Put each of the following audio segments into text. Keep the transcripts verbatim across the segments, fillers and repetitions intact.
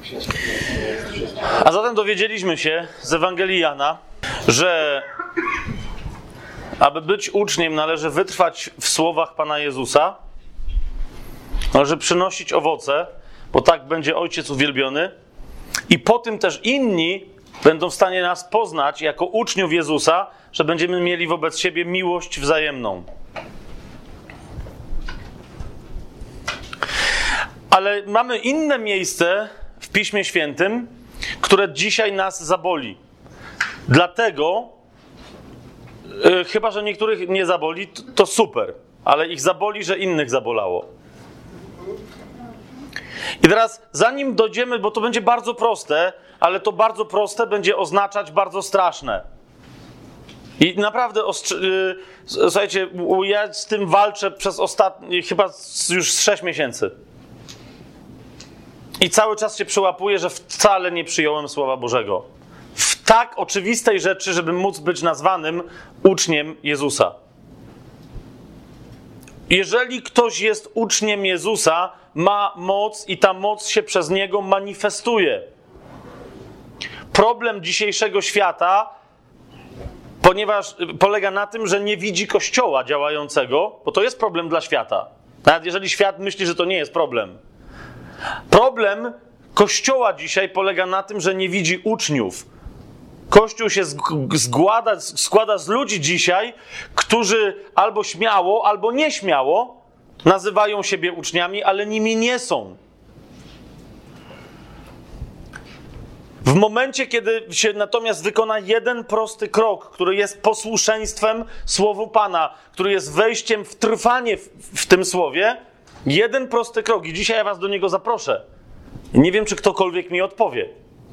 A zatem dowiedzieliśmy się z Ewangelii Jana, że aby być uczniem, należy wytrwać w słowach Pana Jezusa, należy przynosić owoce, bo tak będzie Ojciec uwielbiony, i po tym też inni będą w stanie nas poznać jako uczniów Jezusa, że będziemy mieli wobec siebie miłość wzajemną. Ale mamy inne miejsce w Piśmie Świętym, które dzisiaj nas zaboli. Dlatego, yy, chyba że niektórych nie zaboli, to, to super, ale ich zaboli, że innych zabolało. I teraz, zanim dojdziemy, bo to będzie bardzo proste, ale to bardzo proste będzie oznaczać bardzo straszne. I naprawdę, ostrzy- yy, słuchajcie, ja z tym walczę przez ostatnie, chyba już z sześć miesięcy. I cały czas się przyłapuję, że wcale nie przyjąłem Słowa Bożego. W tak oczywistej rzeczy, żeby móc być nazwanym uczniem Jezusa. Jeżeli ktoś jest uczniem Jezusa, ma moc i ta moc się przez niego manifestuje. Problem dzisiejszego świata, ponieważ polega na tym, że nie widzi Kościoła działającego, bo to jest problem dla świata. Nawet jeżeli świat myśli, że to nie jest problem. Problem Kościoła dzisiaj polega na tym, że nie widzi uczniów. Kościół się składa, składa z ludzi dzisiaj, którzy albo śmiało, albo nieśmiało nazywają siebie uczniami, ale nimi nie są. W momencie, kiedy się natomiast wykona jeden prosty krok, który jest posłuszeństwem Słowu Pana, który jest wejściem w trwanie w, w tym Słowie, jeden prosty krok i dzisiaj ja was do niego zaproszę. Nie wiem, czy ktokolwiek mi odpowie.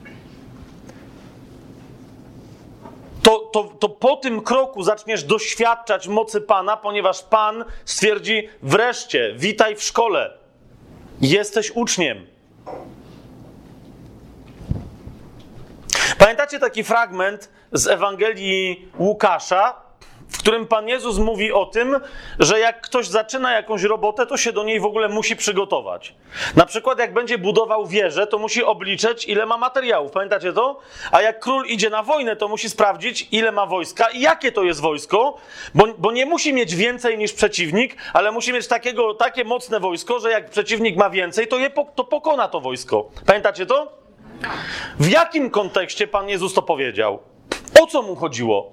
To, to, to po tym kroku zaczniesz doświadczać mocy Pana, ponieważ Pan stwierdzi: wreszcie, witaj w szkole. Jesteś uczniem. Pamiętacie taki fragment z Ewangelii Łukasza, w którym Pan Jezus mówi o tym, że jak ktoś zaczyna jakąś robotę, to się do niej w ogóle musi przygotować. Na przykład jak będzie budował wieżę, to musi obliczyć, ile ma materiałów. Pamiętacie to? A jak król idzie na wojnę, to musi sprawdzić, ile ma wojska i jakie to jest wojsko, bo, bo nie musi mieć więcej niż przeciwnik, ale musi mieć takiego, takie mocne wojsko, że jak przeciwnik ma więcej, to, je, to pokona to wojsko. Pamiętacie to? W jakim kontekście Pan Jezus to powiedział? O co mu chodziło?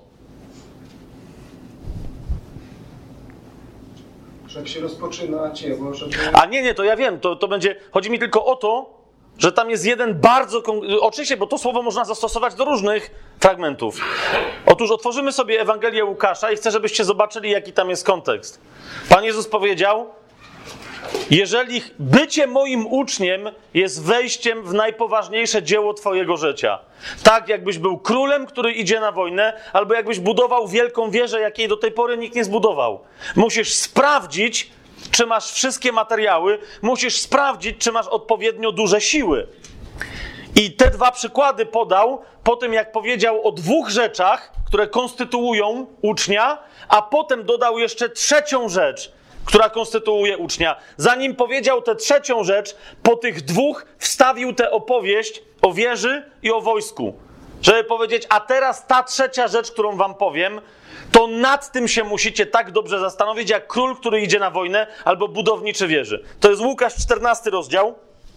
Jak się rozpoczyna dzieło, żeby... A nie, nie, to ja wiem, to, to będzie... Chodzi mi tylko o to, że tam jest jeden bardzo... Oczywiście, bo to słowo można zastosować do różnych fragmentów. Otóż otworzymy sobie Ewangelię Łukasza i chcę, żebyście zobaczyli, jaki tam jest kontekst. Pan Jezus powiedział: jeżeli bycie moim uczniem jest wejściem w najpoważniejsze dzieło twojego życia. Tak, jakbyś był królem, który idzie na wojnę, albo jakbyś budował wielką wieżę, jakiej do tej pory nikt nie zbudował. Musisz sprawdzić, czy masz wszystkie materiały, musisz sprawdzić, czy masz odpowiednio duże siły. I te dwa przykłady podał po tym, jak powiedział o dwóch rzeczach, które konstytuują ucznia, a potem dodał jeszcze trzecią rzecz, która konstytuuje ucznia. Zanim powiedział tę trzecią rzecz, po tych dwóch wstawił tę opowieść o wieży i o wojsku. Żeby powiedzieć: a teraz ta trzecia rzecz, którą wam powiem, to nad tym się musicie tak dobrze zastanowić, jak król, który idzie na wojnę, albo budowniczy wieży. To jest Łukasz czternasty rozdział.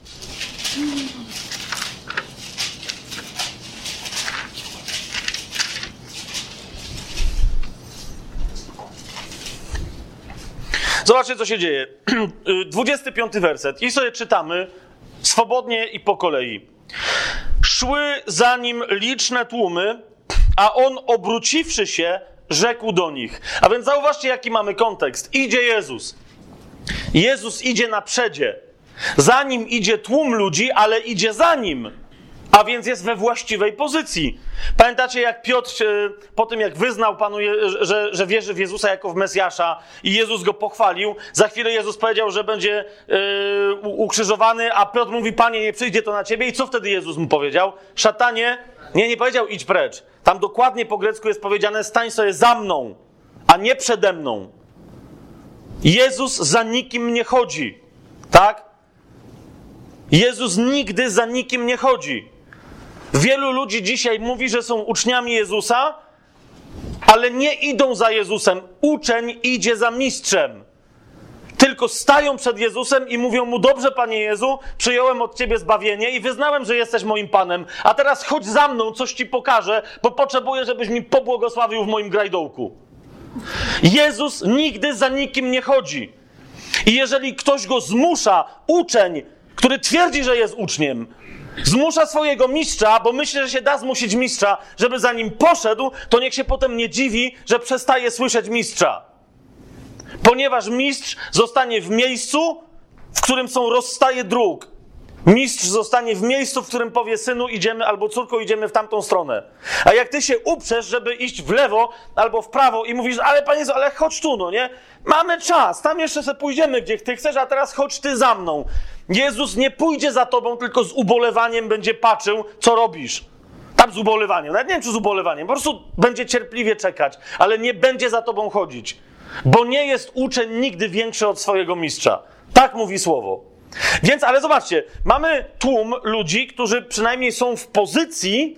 Zobaczcie, co się dzieje. dwudziesty piąty werset. I sobie czytamy swobodnie i po kolei. Szły za nim liczne tłumy, a on, obróciwszy się, rzekł do nich. A więc zauważcie, jaki mamy kontekst. Idzie Jezus. Jezus idzie na przedzie. Za nim idzie tłum ludzi, ale idzie za nim. A więc jest we właściwej pozycji. Pamiętacie, jak Piotr po tym, jak wyznał Panu, że, że wierzy w Jezusa jako w Mesjasza i Jezus go pochwalił, za chwilę Jezus powiedział, że będzie yy, ukrzyżowany, a Piotr mówi: Panie, nie przyjdzie to na ciebie. I co wtedy Jezus mu powiedział? Szatanie? Nie, nie powiedział: idź precz. Tam dokładnie po grecku jest powiedziane: stań sobie za mną, a nie przede mną. Jezus za nikim nie chodzi. Tak? Jezus nigdy za nikim nie chodzi. Wielu ludzi dzisiaj mówi, że są uczniami Jezusa, ale nie idą za Jezusem. Uczeń idzie za mistrzem. Tylko stają przed Jezusem i mówią mu: dobrze, Panie Jezu, przyjąłem od Ciebie zbawienie i wyznałem, że jesteś moim Panem, a teraz chodź za mną, coś Ci pokażę, bo potrzebuję, żebyś mi pobłogosławił w moim grajdołku. Jezus nigdy za nikim nie chodzi. I jeżeli ktoś go zmusza, uczeń, który twierdzi, że jest uczniem, zmusza swojego mistrza, bo myśli, że się da zmusić mistrza, żeby za nim poszedł, to niech się potem nie dziwi, że przestaje słyszeć mistrza. Ponieważ mistrz zostanie w miejscu, w którym są rozstaje dróg. Mistrz zostanie w miejscu, w którym powie: synu, idziemy, albo córko, idziemy w tamtą stronę. A jak ty się uprzesz, żeby iść w lewo albo w prawo i mówisz: ale Panie Jezu, ale chodź tu, no nie? Mamy czas, tam jeszcze sobie pójdziemy, gdzie ty chcesz, a teraz chodź ty za mną. Jezus nie pójdzie za tobą, tylko z ubolewaniem będzie patrzył, co robisz. Tam z ubolewaniem, nawet nie wiem, czy z ubolewaniem, po prostu będzie cierpliwie czekać, ale nie będzie za tobą chodzić. Bo nie jest uczeń nigdy większy od swojego mistrza. Tak mówi słowo. Więc, ale zobaczcie, mamy tłum ludzi, którzy przynajmniej są w pozycji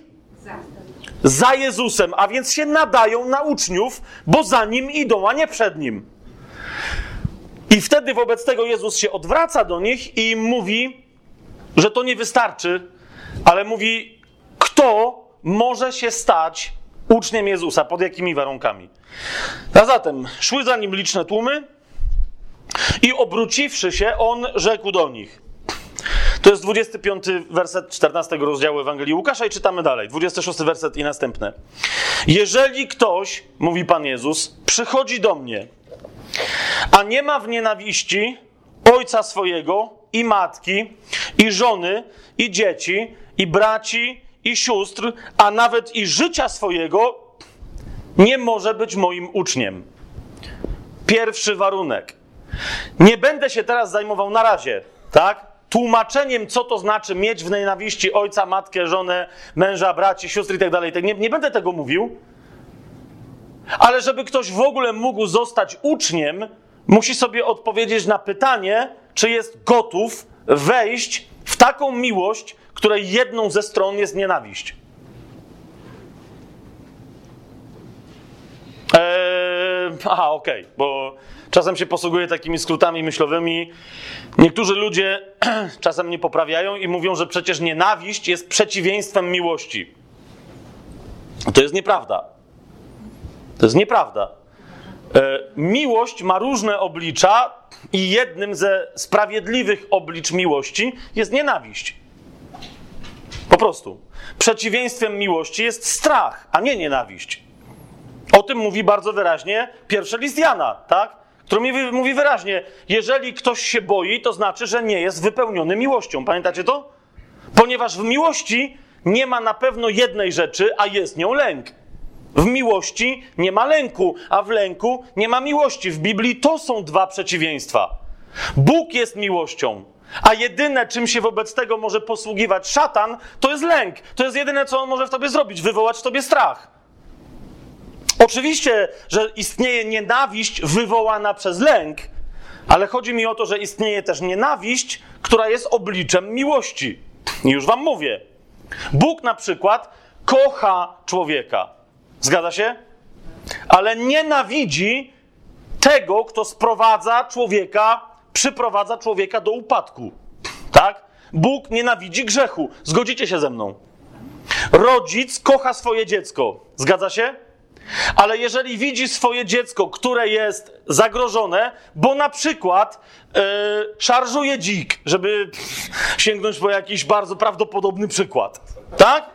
za Jezusem, a więc się nadają na uczniów, bo za Nim idą, a nie przed Nim. I wtedy wobec tego Jezus się odwraca do nich i mówi, że to nie wystarczy, ale mówi, kto może się stać uczniem Jezusa, pod jakimi warunkami. A zatem szły za Nim liczne tłumy i obróciwszy się, On rzekł do nich. To jest dwudziesty piąty werset czternastego rozdziału Ewangelii Łukasza i czytamy dalej. dwudziesty szósty werset i następne. Jeżeli ktoś, mówi Pan Jezus, przychodzi do mnie, a nie ma w nienawiści ojca swojego i matki, i żony, i dzieci, i braci, i sióstr, a nawet i życia swojego, nie może być moim uczniem. Pierwszy warunek. Nie będę się teraz zajmował na razie, tak? Tłumaczeniem, co to znaczy mieć w nienawiści ojca, matkę, żonę, męża, braci, sióstr i tak dalej. Nie, nie będę tego mówił. Ale żeby ktoś w ogóle mógł zostać uczniem, musi sobie odpowiedzieć na pytanie, czy jest gotów wejść w taką miłość, której jedną ze stron jest nienawiść. Eee, aha, okej, okay, bo czasem się posługuję takimi skrótami myślowymi. Niektórzy ludzie czasem mnie poprawiają i mówią, że przecież nienawiść jest przeciwieństwem miłości. To jest nieprawda. To jest nieprawda. E, miłość ma różne oblicza i jednym ze sprawiedliwych oblicz miłości jest nienawiść. Po prostu. Przeciwieństwem miłości jest strach, a nie nienawiść. O tym mówi bardzo wyraźnie pierwszy list Jana, tak? Który mówi wyraźnie, jeżeli ktoś się boi, to znaczy, że nie jest wypełniony miłością. Pamiętacie to? Ponieważ w miłości nie ma na pewno jednej rzeczy, a jest nią lęk. W miłości nie ma lęku, a w lęku nie ma miłości. W Biblii to są dwa przeciwieństwa. Bóg jest miłością, a jedyne, czym się wobec tego może posługiwać szatan, to jest lęk. To jest jedyne, co on może w tobie zrobić, wywołać w tobie strach. Oczywiście, że istnieje nienawiść wywołana przez lęk, ale chodzi mi o to, że istnieje też nienawiść, która jest obliczem miłości. I już wam mówię. Bóg na przykład kocha człowieka. Zgadza się? Ale nienawidzi tego, kto sprowadza człowieka, przyprowadza człowieka do upadku. Tak? Bóg nienawidzi grzechu. Zgodzicie się ze mną? Rodzic kocha swoje dziecko. Zgadza się? Ale jeżeli widzi swoje dziecko, które jest zagrożone, bo na przykład yy, szarżuje dzik, żeby pff, sięgnąć po jakiś bardzo prawdopodobny przykład, tak?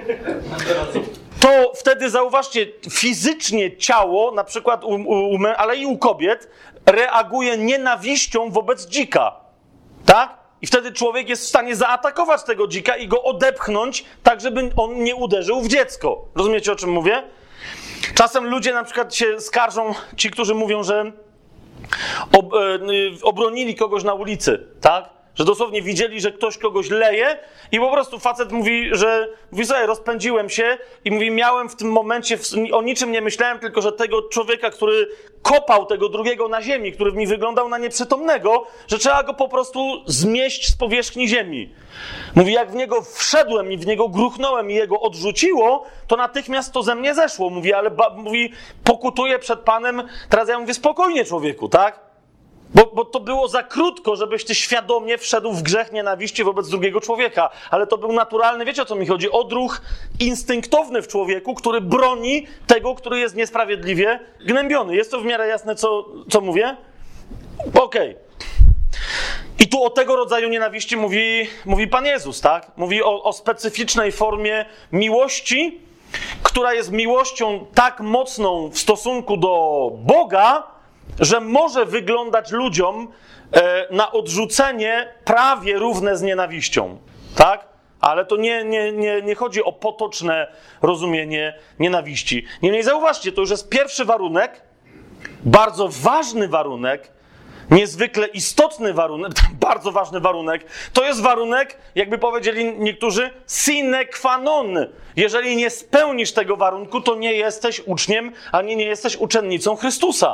To wtedy zauważcie, fizycznie ciało, na przykład u, u, u, ale i u kobiet, reaguje nienawiścią wobec dzika, tak? I wtedy człowiek jest w stanie zaatakować tego dzika i go odepchnąć, tak żeby on nie uderzył w dziecko. Rozumiecie, o czym mówię? Czasem ludzie na przykład się skarżą, ci, którzy mówią, że ob, e, obronili kogoś na ulicy, tak? że dosłownie widzieli, że ktoś kogoś leje i po prostu facet mówi, że mówi sobie, rozpędziłem się i mówi, miałem w tym momencie, w, o niczym nie myślałem, tylko że tego człowieka, który kopał tego drugiego na ziemi, który mi wyglądał na nieprzytomnego, że trzeba go po prostu zmieść z powierzchni ziemi. Mówi, jak w niego wszedłem i w niego gruchnąłem i jego odrzuciło, to natychmiast to ze mnie zeszło. Mówi, ale ba, mówi, pokutuję przed Panem. Teraz ja mówię, spokojnie człowieku, tak? Bo, bo to było za krótko, żebyś ty świadomie wszedł w grzech nienawiści wobec drugiego człowieka. Ale to był naturalny, wiecie o co mi chodzi? Odruch instynktowny w człowieku, który broni tego, który jest niesprawiedliwie gnębiony. Jest to w miarę jasne, co, co mówię? Okej. Okay. I tu o tego rodzaju nienawiści mówi, mówi Pan Jezus, tak? Mówi o, o specyficznej formie miłości, która jest miłością tak mocną w stosunku do Boga, że może wyglądać ludziom e, na odrzucenie prawie równe z nienawiścią, tak? Ale to nie, nie, nie, nie chodzi o potoczne rozumienie nienawiści. Niemniej zauważcie, to już jest pierwszy warunek, bardzo ważny warunek, niezwykle istotny warunek, bardzo ważny warunek, to jest warunek, jakby powiedzieli niektórzy, sine qua non. Jeżeli nie spełnisz tego warunku, to nie jesteś uczniem, ani nie jesteś uczennicą Chrystusa.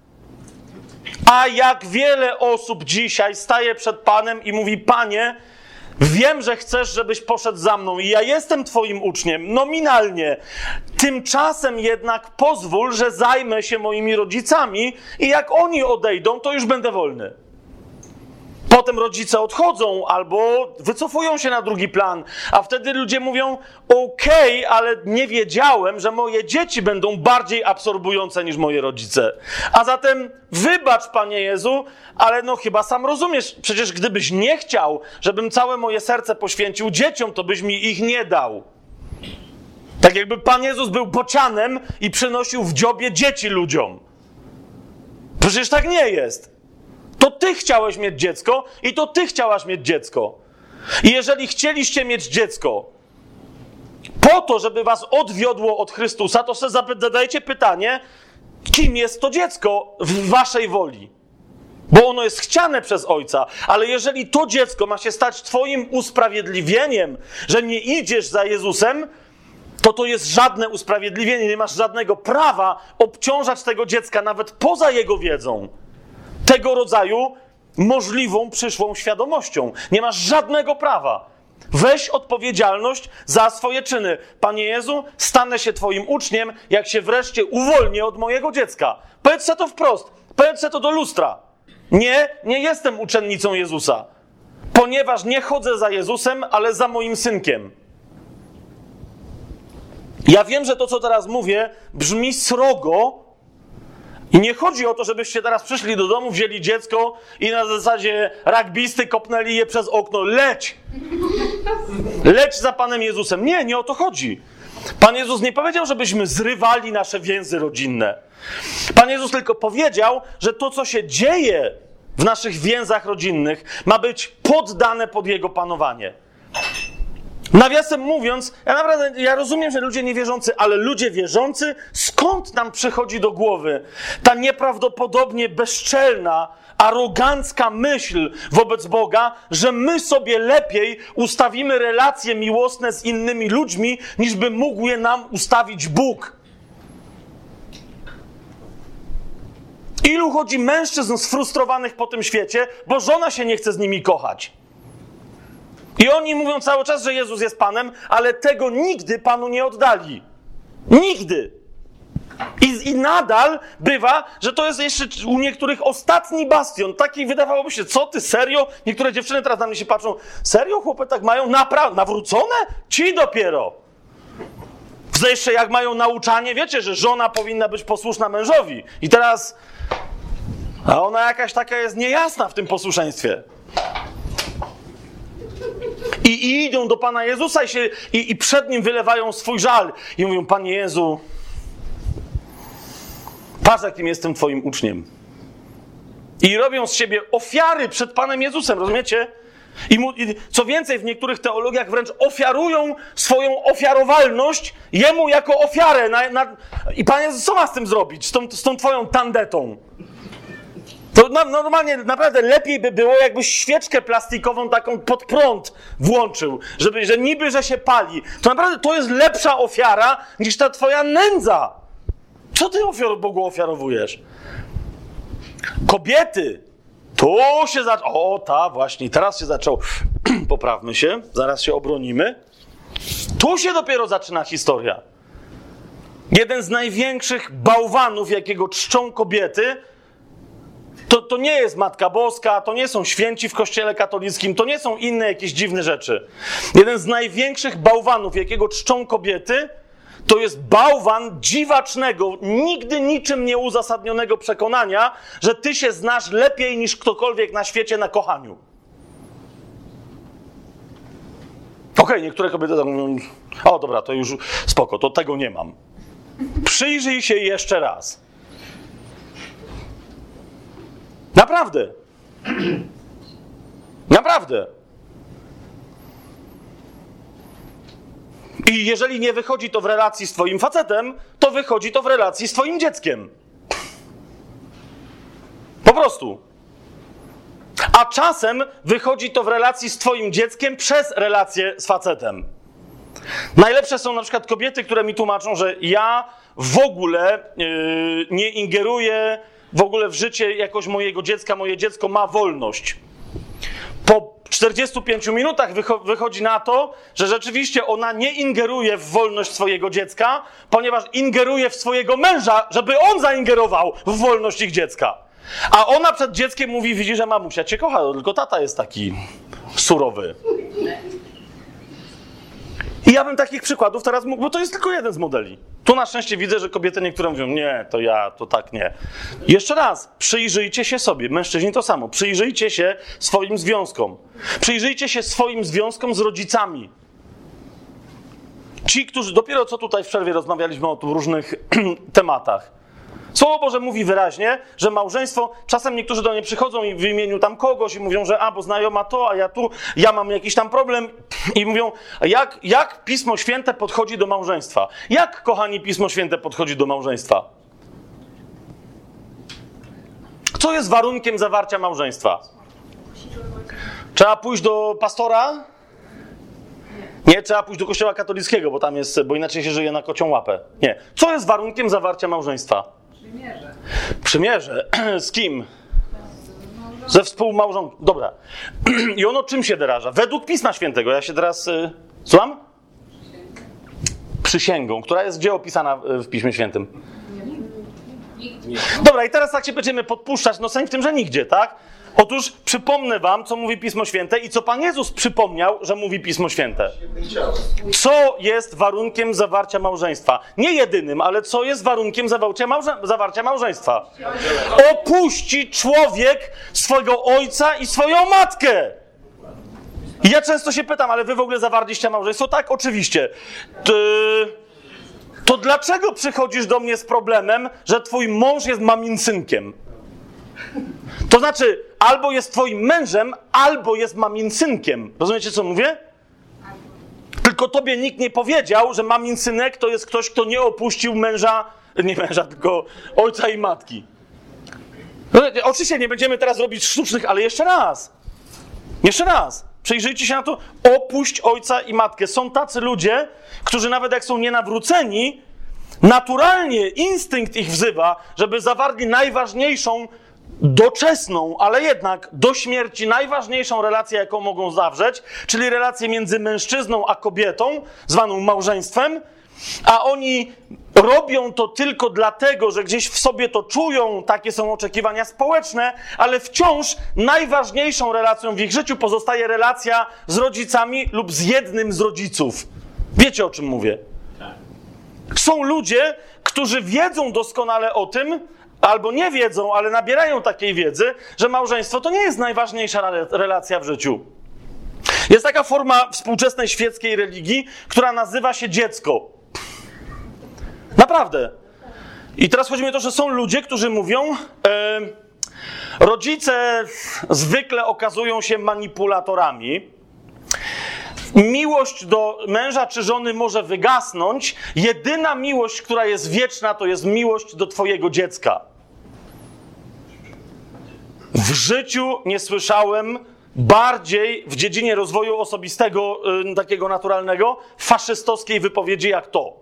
A jak wiele osób dzisiaj staje przed Panem i mówi, Panie, wiem, że chcesz, żebyś poszedł za mną i ja jestem Twoim uczniem, nominalnie. Tymczasem jednak pozwól, że zajmę się moimi rodzicami i jak oni odejdą, to już będę wolny. Potem rodzice odchodzą albo wycofują się na drugi plan, a wtedy ludzie mówią, okej, okay, ale nie wiedziałem, że moje dzieci będą bardziej absorbujące niż moje rodzice. A zatem wybacz, Panie Jezu, ale no chyba sam rozumiesz, przecież gdybyś nie chciał, żebym całe moje serce poświęcił dzieciom, to byś mi ich nie dał. Tak jakby Pan Jezus był bocianem i przynosił w dziobie dzieci ludziom. Przecież tak nie jest. To ty chciałeś mieć dziecko i to ty chciałaś mieć dziecko. I jeżeli chcieliście mieć dziecko po to, żeby was odwiodło od Chrystusa, to sobie zadajcie pytanie, kim jest to dziecko w waszej woli. Bo ono jest chciane przez Ojca. Ale jeżeli to dziecko ma się stać twoim usprawiedliwieniem, że nie idziesz za Jezusem, to to jest żadne usprawiedliwienie. Nie masz żadnego prawa obciążać tego dziecka nawet poza jego wiedzą. Tego rodzaju możliwą przyszłą świadomością. Nie masz żadnego prawa. Weź odpowiedzialność za swoje czyny. Panie Jezu, stanę się Twoim uczniem, jak się wreszcie uwolnię od mojego dziecka. Powiedz se to wprost. Powiedz se to do lustra. Nie, nie jestem uczennicą Jezusa. Ponieważ nie chodzę za Jezusem, ale za moim synkiem. Ja wiem, że to, co teraz mówię, brzmi srogo, i nie chodzi o to, żebyście teraz przyszli do domu, wzięli dziecko i na zasadzie rugbysty kopnęli je przez okno. Leć! Leć za Panem Jezusem. Nie, nie o to chodzi. Pan Jezus nie powiedział, żebyśmy zrywali nasze więzy rodzinne. Pan Jezus tylko powiedział, że to, co się dzieje w naszych więzach rodzinnych, ma być poddane pod Jego panowanie. Nawiasem mówiąc, ja naprawdę, ja rozumiem, że ludzie niewierzący, ale ludzie wierzący, skąd nam przychodzi do głowy ta nieprawdopodobnie bezczelna, arogancka myśl wobec Boga, że my sobie lepiej ustawimy relacje miłosne z innymi ludźmi, niż by mógł je nam ustawić Bóg. Ilu chodzi mężczyzn sfrustrowanych po tym świecie, bo żona się nie chce z nimi kochać. I oni mówią cały czas, że Jezus jest Panem, ale tego nigdy Panu nie oddali. Nigdy. I, I nadal bywa, że to jest jeszcze u niektórych ostatni bastion. Taki wydawałoby się, co ty, serio? Niektóre dziewczyny teraz na mnie się patrzą, serio chłopy tak mają? Naprawdę? Nawrócone? Ci dopiero. Jeszcze jak mają nauczanie, wiecie, że żona powinna być posłuszna mężowi. I teraz, a ona jakaś taka jest niejasna w tym posłuszeństwie. I, I idą do Pana Jezusa i, się, i, i przed Nim wylewają swój żal. I mówią, Panie Jezu, patrz, jakim jestem Twoim uczniem. I robią z siebie ofiary przed Panem Jezusem, rozumiecie? I, mu, I co więcej, w niektórych teologiach wręcz ofiarują swoją ofiarowalność Jemu jako ofiarę. Na, na, I Panie Jezus, co ma z tym zrobić? Z tą, z tą Twoją tandetą. To na, normalnie, naprawdę lepiej by było, jakbyś świeczkę plastikową taką pod prąd włączył, żeby, że niby, że się pali. To naprawdę to jest lepsza ofiara niż ta twoja nędza. Co ty ofiar, Bogu ofiarowujesz? Kobiety. Tu się zaczęło. O, ta właśnie, teraz się zaczął. Poprawmy się, zaraz się obronimy. Tu się dopiero zaczyna historia. Jeden z największych bałwanów, jakiego czczą kobiety, to, to nie jest Matka Boska, to nie są święci w Kościele katolickim, to nie są inne jakieś dziwne rzeczy. Jeden z największych bałwanów, jakiego czczą kobiety, to jest bałwan dziwacznego, nigdy niczym nieuzasadnionego przekonania, że ty się znasz lepiej niż ktokolwiek na świecie na kochaniu. Okej, okay, niektóre kobiety tak mówią, o dobra, to już spoko, to tego nie mam. Przyjrzyj się jeszcze raz. Naprawdę. Naprawdę. I jeżeli nie wychodzi to w relacji z twoim facetem, to wychodzi to w relacji z twoim dzieckiem. Po prostu. A czasem wychodzi to w relacji z twoim dzieckiem przez relację z facetem. Najlepsze są na przykład kobiety, które mi tłumaczą, że ja w ogóle yy, nie ingeruję w ogóle w życie jakoś mojego dziecka, moje dziecko ma wolność. Po czterdziestu pięciu minutach wycho- wychodzi na to, że rzeczywiście ona nie ingeruje w wolność swojego dziecka, ponieważ ingeruje w swojego męża, żeby on zaingerował w wolność ich dziecka. A ona przed dzieckiem mówi, widzi, że mamusia cię kocha, tylko tata jest taki surowy. I ja bym takich przykładów teraz mógł, bo to jest tylko jeden z modeli. Tu na szczęście widzę, że kobiety niektóre mówią, nie, to ja, to tak nie. Jeszcze raz, przyjrzyjcie się sobie, mężczyźni to samo, przyjrzyjcie się swoim związkom. Przyjrzyjcie się swoim związkom z rodzicami. Ci, którzy dopiero co tutaj w przerwie rozmawialiśmy o tu różnych tematach. Słowo Boże mówi wyraźnie, że małżeństwo, czasem niektórzy do mnie przychodzą i w imieniu tam kogoś i mówią, że a, bo znajoma to, a ja tu, ja mam jakiś tam problem i mówią, jak, jak Pismo Święte podchodzi do małżeństwa? Jak, kochani, Pismo Święte podchodzi do małżeństwa? Co jest warunkiem zawarcia małżeństwa? Trzeba pójść do pastora? Nie, trzeba pójść do kościoła katolickiego, bo tam jest, bo inaczej się żyje na kocią łapę. Nie. Co jest warunkiem zawarcia małżeństwa? Przymierze. Przymierze. Z kim? Ze współmałżonką. Dobra. I ono czym się wyraża? Według Pisma Świętego. Ja się teraz... Y... Słucham? Przysięgą. Która jest gdzie opisana w Piśmie Świętym? Dobra, i teraz tak się będziemy podpuszczać. No sęk w tym, że nigdzie, tak? Otóż przypomnę wam, co mówi Pismo Święte i co Pan Jezus przypomniał, że mówi Pismo Święte. Co jest warunkiem zawarcia małżeństwa? Nie jedynym, ale co jest warunkiem zawarcia, małże- zawarcia małżeństwa? Opuści człowiek swojego ojca i swoją matkę. I ja często się pytam, ale wy w ogóle zawarliście małżeństwo? Tak, oczywiście. Ty... To dlaczego przychodzisz do mnie z problemem, że twój mąż jest maminsynkiem? To znaczy, albo jest twoim mężem, albo jest maminsynkiem. Rozumiecie, co mówię? Tylko tobie nikt nie powiedział, że maminsynek to jest ktoś, kto nie opuścił męża, nie męża, tylko ojca i matki. No, oczywiście nie będziemy teraz robić sztucznych, ale jeszcze raz. Jeszcze raz. Przyjrzyjcie się na to. Opuść ojca i matkę. Są tacy ludzie, którzy nawet jak są nienawróceni, naturalnie instynkt ich wzywa, żeby zawarli najważniejszą, doczesną, ale jednak do śmierci najważniejszą relację, jaką mogą zawrzeć, czyli relację między mężczyzną a kobietą, zwaną małżeństwem, a oni robią to tylko dlatego, że gdzieś w sobie to czują, takie są oczekiwania społeczne, ale wciąż najważniejszą relacją w ich życiu pozostaje relacja z rodzicami lub z jednym z rodziców. Wiecie, o czym mówię? Są ludzie, którzy wiedzą doskonale o tym, albo nie wiedzą, ale nabierają takiej wiedzy, że małżeństwo to nie jest najważniejsza relacja w życiu. Jest taka forma współczesnej świeckiej religii, która nazywa się dziecko. Naprawdę. I teraz chodzi mi o to, że są ludzie, którzy mówią, e, rodzice zwykle okazują się manipulatorami. Miłość do męża czy żony może wygasnąć. Jedyna miłość, która jest wieczna, to jest miłość do twojego dziecka. W życiu nie słyszałem bardziej w dziedzinie rozwoju osobistego, yy, takiego naturalnego, faszystowskiej wypowiedzi jak to.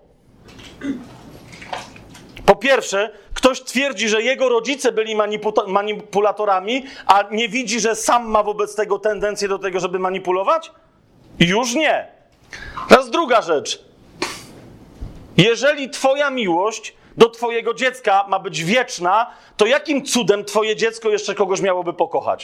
Po pierwsze, ktoś twierdzi, że jego rodzice byli manipu- manipulatorami, a nie widzi, że sam ma wobec tego tendencję do tego, żeby manipulować? Już nie. Teraz druga rzecz. Jeżeli twoja miłość do twojego dziecka ma być wieczna, to jakim cudem twoje dziecko jeszcze kogoś miałoby pokochać?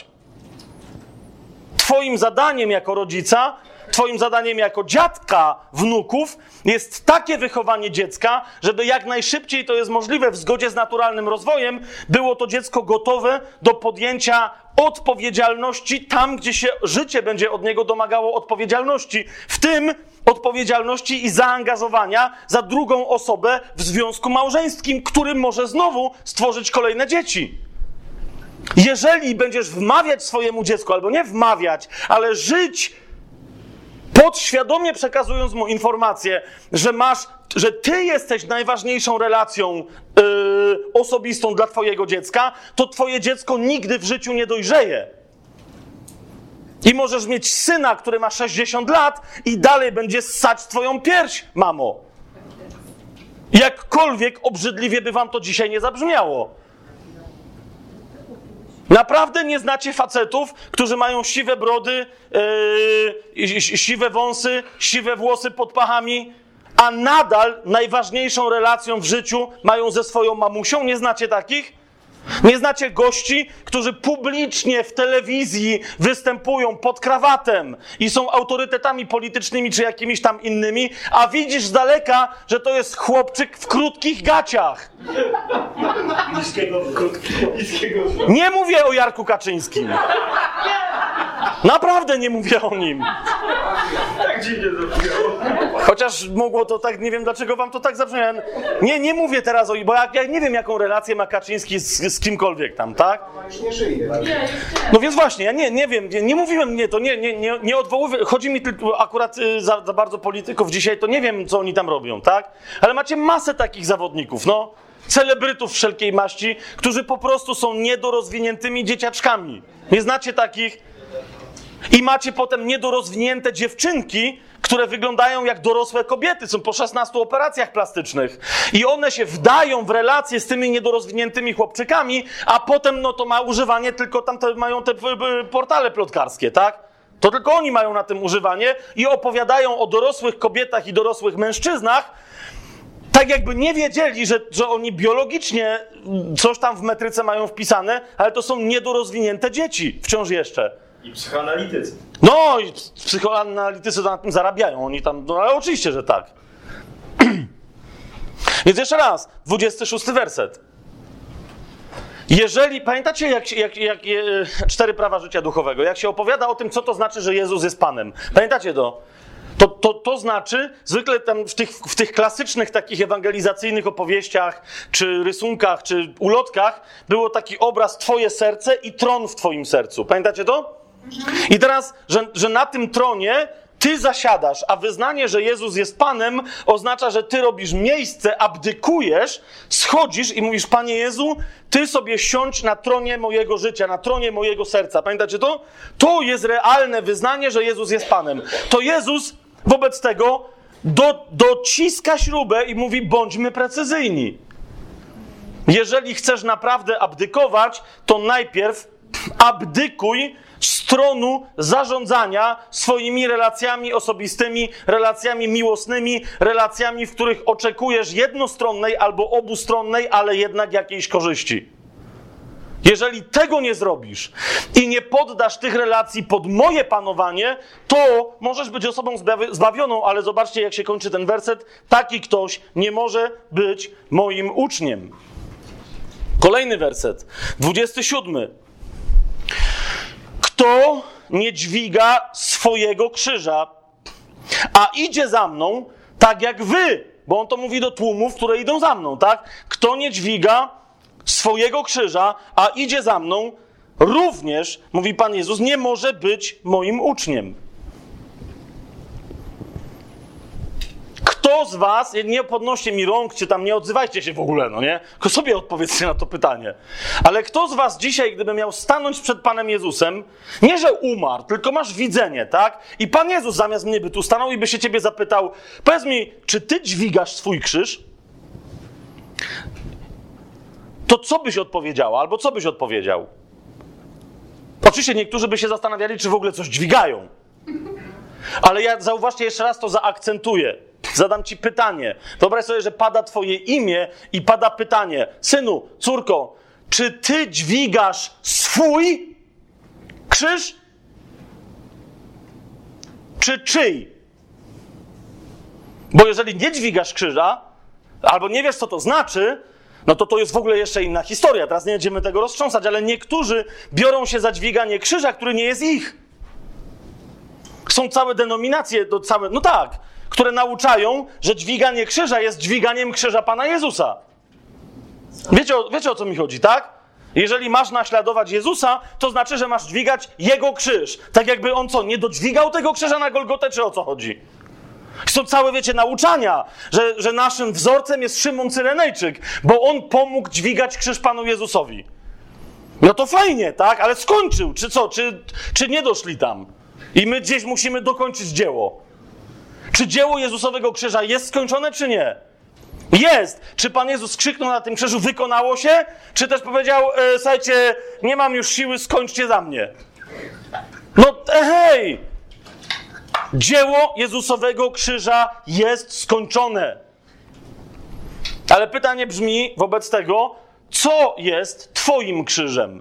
Twoim zadaniem jako rodzica, twoim zadaniem jako dziadka wnuków jest takie wychowanie dziecka, żeby jak najszybciej to jest możliwe w zgodzie z naturalnym rozwojem, było to dziecko gotowe do podjęcia odpowiedzialności tam, gdzie się życie będzie od niego domagało odpowiedzialności, w tym odpowiedzialności i zaangażowania za drugą osobę w związku małżeńskim, który może znowu stworzyć kolejne dzieci. Jeżeli będziesz wmawiać swojemu dziecku, albo nie wmawiać, ale żyć podświadomie przekazując mu informację, że masz, że ty jesteś najważniejszą relacją yy, osobistą dla twojego dziecka, to twoje dziecko nigdy w życiu nie dojrzeje. I możesz mieć syna, który ma sześćdziesiąt lat i dalej będzie ssać twoją pierś, mamo. Jakkolwiek obrzydliwie by wam to dzisiaj nie zabrzmiało. Naprawdę nie znacie facetów, którzy mają siwe brody, yy, siwe wąsy, siwe włosy pod pachami, a nadal najważniejszą relacją w życiu mają ze swoją mamusią? Nie znacie takich? Nie znacie gości, którzy publicznie w telewizji występują pod krawatem i są autorytetami politycznymi czy jakimiś tam innymi, a widzisz z daleka, że to jest chłopczyk w krótkich gaciach. Niskiego, krótkiego, niskiego. Nie mówię o Jarku Kaczyńskim. Naprawdę nie mówię o nim. Tak dziwnie zabrzmiało. Chociaż mogło to tak, nie wiem dlaczego wam to tak zabrzmiało. Nie, nie mówię teraz o... Bo ja, ja nie wiem, jaką relację ma Kaczyński z, z kimkolwiek tam, tak? Mama już nie żyje. No więc właśnie, ja nie, nie wiem, nie, nie mówiłem, nie, to nie, nie, nie, nie odwołuję, chodzi mi tylko akurat y, za, za bardzo polityków dzisiaj, to nie wiem, co oni tam robią, tak? Ale macie masę takich zawodników, no, celebrytów wszelkiej maści, którzy po prostu są niedorozwiniętymi dzieciaczkami. Nie znacie takich? I macie potem niedorozwinięte dziewczynki, które wyglądają jak dorosłe kobiety, są po szesnastu operacjach plastycznych. I one się wdają w relacje z tymi niedorozwiniętymi chłopczykami, a potem no to ma używanie, tylko tam te, mają te portale plotkarskie, tak? To tylko oni mają na tym używanie i opowiadają o dorosłych kobietach i dorosłych mężczyznach, tak jakby nie wiedzieli, że, że oni biologicznie coś tam w metryce mają wpisane, ale to są niedorozwinięte dzieci wciąż jeszcze. I psychoanalitycy. No i psychoanalitycy na tym zarabiają, oni tam, no ale oczywiście, że tak. Więc jeszcze raz, dwudziesty szósty werset. Jeżeli, pamiętacie jak, jak, jak, jak cztery prawa życia duchowego, jak się opowiada o tym, co to znaczy, że Jezus jest Panem. Pamiętacie to? To, to, to znaczy, zwykle tam w tych, w tych klasycznych takich ewangelizacyjnych opowieściach, czy rysunkach, czy ulotkach było taki obraz twoje serce i tron w twoim sercu. Pamiętacie to? I teraz, że, że na tym tronie ty zasiadasz, a wyznanie, że Jezus jest Panem, oznacza, że ty robisz miejsce, abdykujesz, schodzisz i mówisz, Panie Jezu, ty sobie siądź na tronie mojego życia, na tronie mojego serca. Pamiętacie to? To jest realne wyznanie, że Jezus jest Panem. To Jezus wobec tego do, dociska śrubę i mówi, bądźmy precyzyjni. Jeżeli chcesz naprawdę abdykować, to najpierw abdykuj z tronu zarządzania swoimi relacjami osobistymi, relacjami miłosnymi, relacjami, w których oczekujesz jednostronnej albo obustronnej, ale jednak jakiejś korzyści. Jeżeli tego nie zrobisz i nie poddasz tych relacji pod moje panowanie, to możesz być osobą zbawioną, ale zobaczcie, jak się kończy ten werset. Taki ktoś nie może być moim uczniem. Kolejny werset, dwudziesty siódmy. Kto nie dźwiga swojego krzyża, a idzie za mną, tak jak wy, bo on to mówi do tłumów, które idą za mną, tak? Kto nie dźwiga swojego krzyża, a idzie za mną, również, mówi Pan Jezus, nie może być moim uczniem. Kto z was, nie podnoście mi rąk, czy tam nie odzywajcie się w ogóle, no nie? Tylko sobie odpowiedzcie na to pytanie. Ale kto z was dzisiaj, gdyby miał stanąć przed Panem Jezusem, nie że umarł, tylko masz widzenie, tak? I Pan Jezus zamiast mnie by tu stanął i by się ciebie zapytał, powiedz mi, czy ty dźwigasz swój krzyż? To co byś odpowiedziała? Albo co byś odpowiedział? Oczywiście niektórzy by się zastanawiali, czy w ogóle coś dźwigają. Ale ja, zauważcie, jeszcze raz to zaakcentuję. Zadam ci pytanie. Wyobraź sobie, że pada twoje imię i pada pytanie. Synu, córko, czy ty dźwigasz swój krzyż? Czy czyj? Bo jeżeli nie dźwigasz krzyża, albo nie wiesz, co to znaczy, no to to jest w ogóle jeszcze inna historia. Teraz nie będziemy tego roztrząsać, ale niektórzy biorą się za dźwiganie krzyża, który nie jest ich. Są całe denominacje, to całe, no tak, które nauczają, że dźwiganie krzyża jest dźwiganiem krzyża Pana Jezusa. Wiecie o, wiecie o co mi chodzi, tak? Jeżeli masz naśladować Jezusa, to znaczy, że masz dźwigać Jego krzyż. Tak jakby On co, nie dodźwigał tego krzyża na Golgotę, czy o co chodzi? Są całe, wiecie, nauczania, że, że naszym wzorcem jest Szymon Cyrenejczyk, bo on pomógł dźwigać krzyż Panu Jezusowi. No to fajnie, tak? Ale skończył, czy co? Czy, czy nie doszli tam? I my gdzieś musimy dokończyć dzieło. Czy dzieło Jezusowego krzyża jest skończone, czy nie? Jest! Czy Pan Jezus krzyknął na tym krzyżu, wykonało się? Czy też powiedział, e, słuchajcie, nie mam już siły, skończcie za mnie? No hej! Dzieło Jezusowego krzyża jest skończone. Ale pytanie brzmi wobec tego, co jest twoim krzyżem?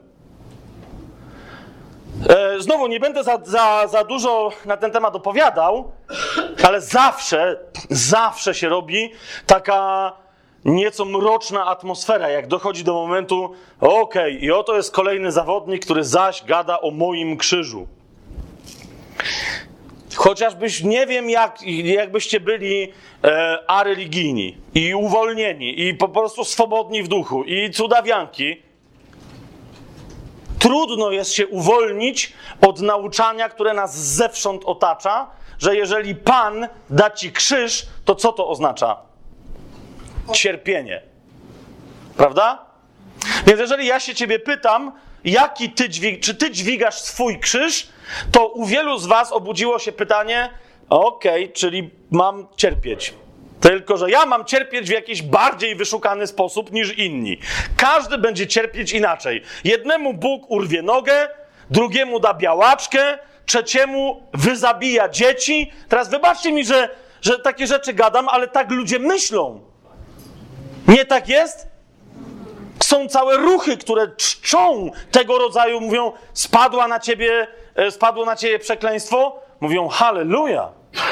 E, znowu, nie będę za, za, za dużo na ten temat opowiadał, ale zawsze, zawsze się robi taka nieco mroczna atmosfera, jak dochodzi do momentu, okej, okay, i oto jest kolejny zawodnik, który zaś gada o moim krzyżu. Chociażbyś, nie wiem, jak, jakbyście byli e, areligijni i uwolnieni i po prostu swobodni w duchu i cudawianki, trudno jest się uwolnić od nauczania, które nas zewsząd otacza, że jeżeli Pan da ci krzyż, to co to oznacza? Cierpienie. Prawda? Więc jeżeli ja się ciebie pytam, jaki ty dźwig- czy ty dźwigasz swój krzyż, to u wielu z was obudziło się pytanie, okej, okay, czyli mam cierpieć. Tylko że ja mam cierpieć w jakiś bardziej wyszukany sposób niż inni. Każdy będzie cierpieć inaczej. Jednemu Bóg urwie nogę, drugiemu da białaczkę, trzeciemu wyzabija dzieci. Teraz wybaczcie mi, że, że takie rzeczy gadam, ale tak ludzie myślą. Nie tak jest? Są całe ruchy, które czczą tego rodzaju, mówią, spadła na ciebie, spadło na ciebie przekleństwo. Mówią, halleluja.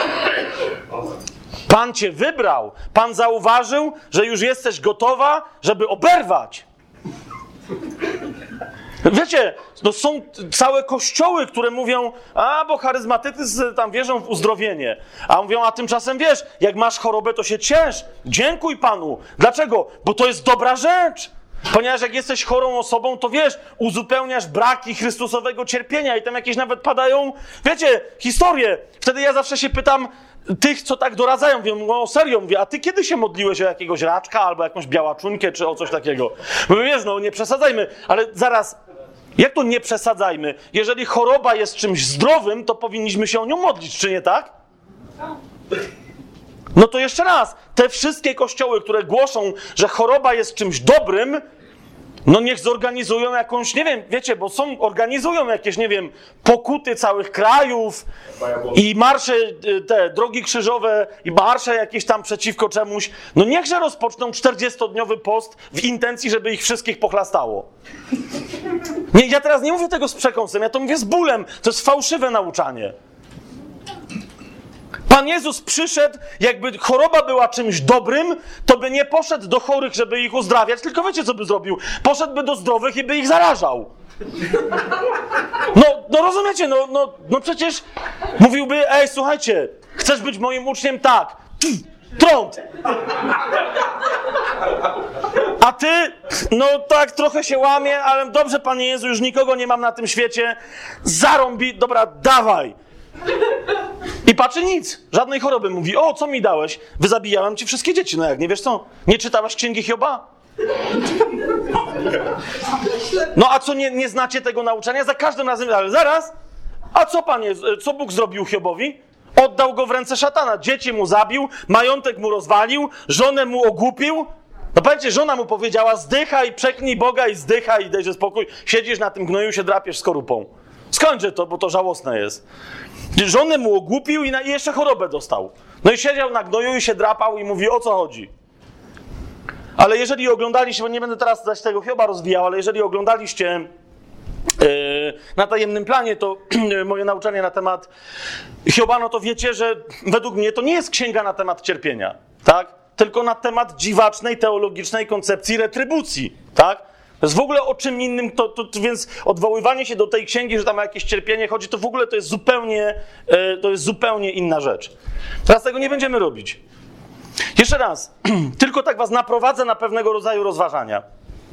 Pan cię wybrał. Pan zauważył, że już jesteś gotowa, żeby oberwać. Wiecie, no są całe kościoły, które mówią, a bo charyzmatycy tam wierzą w uzdrowienie. A mówią, a tymczasem wiesz, jak masz chorobę, to się ciesz. Dziękuj Panu. Dlaczego? Bo to jest dobra rzecz. Ponieważ jak jesteś chorą osobą, to wiesz, uzupełniasz braki Chrystusowego cierpienia i tam jakieś nawet padają, wiecie, historie. Wtedy ja zawsze się pytam tych, co tak doradzają, mówią, no serio, mówię, a ty kiedy się modliłeś o jakiegoś raczka albo jakąś białaczunkę czy o coś takiego? Mówię, wiesz, no nie przesadzajmy, ale zaraz, jak to nie przesadzajmy? Jeżeli choroba jest czymś zdrowym, to powinniśmy się o nią modlić, czy nie tak? No to jeszcze raz, te wszystkie kościoły, które głoszą, że choroba jest czymś dobrym, no niech zorganizują jakąś, nie wiem, wiecie, bo są, organizują jakieś, nie wiem, pokuty całych krajów i marsze, te drogi krzyżowe i marsze jakieś tam przeciwko czemuś. No niechże rozpoczną czterdziestodniowy post w intencji, żeby ich wszystkich pochlastało. Nie, ja teraz nie mówię tego z przekąsem, ja to mówię z bólem. To jest fałszywe nauczanie. Pan Jezus przyszedł, jakby choroba była czymś dobrym, to by nie poszedł do chorych, żeby ich uzdrawiać, tylko wiecie, co by zrobił? Poszedłby do zdrowych i by ich zarażał. No, no rozumiecie, no, no, no przecież mówiłby, ej, słuchajcie, chcesz być moim uczniem? Tak. Trąd. A ty, no tak, trochę się łamie, ale dobrze, Panie Jezu, już nikogo nie mam na tym świecie. Zarąbi, dobra, dawaj. I patrzy nic, żadnej choroby. Mówi, o, co mi dałeś? Wyzabijałem ci wszystkie dzieci. No jak, nie wiesz co? Nie czytałaś Księgi Hioba? No a co, nie, nie znacie tego nauczania? Za każdym razem, ale zaraz, a co Panie, co Bóg zrobił Hiobowi? Oddał go w ręce szatana. Dzieci mu zabił, majątek mu rozwalił, żonę mu ogłupił. No pamiętacie, żona mu powiedziała, zdychaj, przeknij Boga i zdychaj i dajże spokój. Siedzisz na tym gnoju, się drapiesz skorupą. Skończę to, bo to żałosne jest. Żonę mu ogłupił i, na, i jeszcze chorobę dostał. No i siedział na gnoju i się drapał i mówi, o co chodzi? Ale jeżeli oglądaliście, bo nie będę teraz zaś tego Hioba rozwijał, ale jeżeli oglądaliście yy, na tajemnym planie to moje nauczanie na temat Hioba, no to wiecie, że według mnie to nie jest księga na temat cierpienia, tak? Tylko na temat dziwacznej, teologicznej koncepcji retrybucji, tak? To jest w ogóle o czym innym, to, to, to więc odwoływanie się do tej księgi, że tam o jakieś cierpienie chodzi, to w ogóle to jest zupełnie, yy, to jest zupełnie inna rzecz. Teraz tego nie będziemy robić. Jeszcze raz, tylko tak was naprowadzę na pewnego rodzaju rozważania.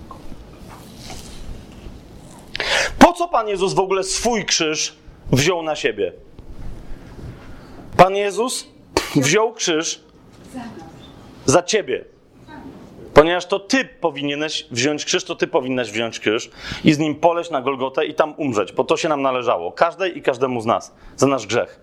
Po co Pan Jezus w ogóle swój krzyż wziął na siebie? Pan Jezus wziął krzyż za ciebie. Ponieważ to ty powinieneś wziąć krzyż, to ty powinnaś wziąć krzyż i z nim poleźć na Golgotę i tam umrzeć, bo to się nam należało. Każdej i każdemu z nas. Za nasz grzech.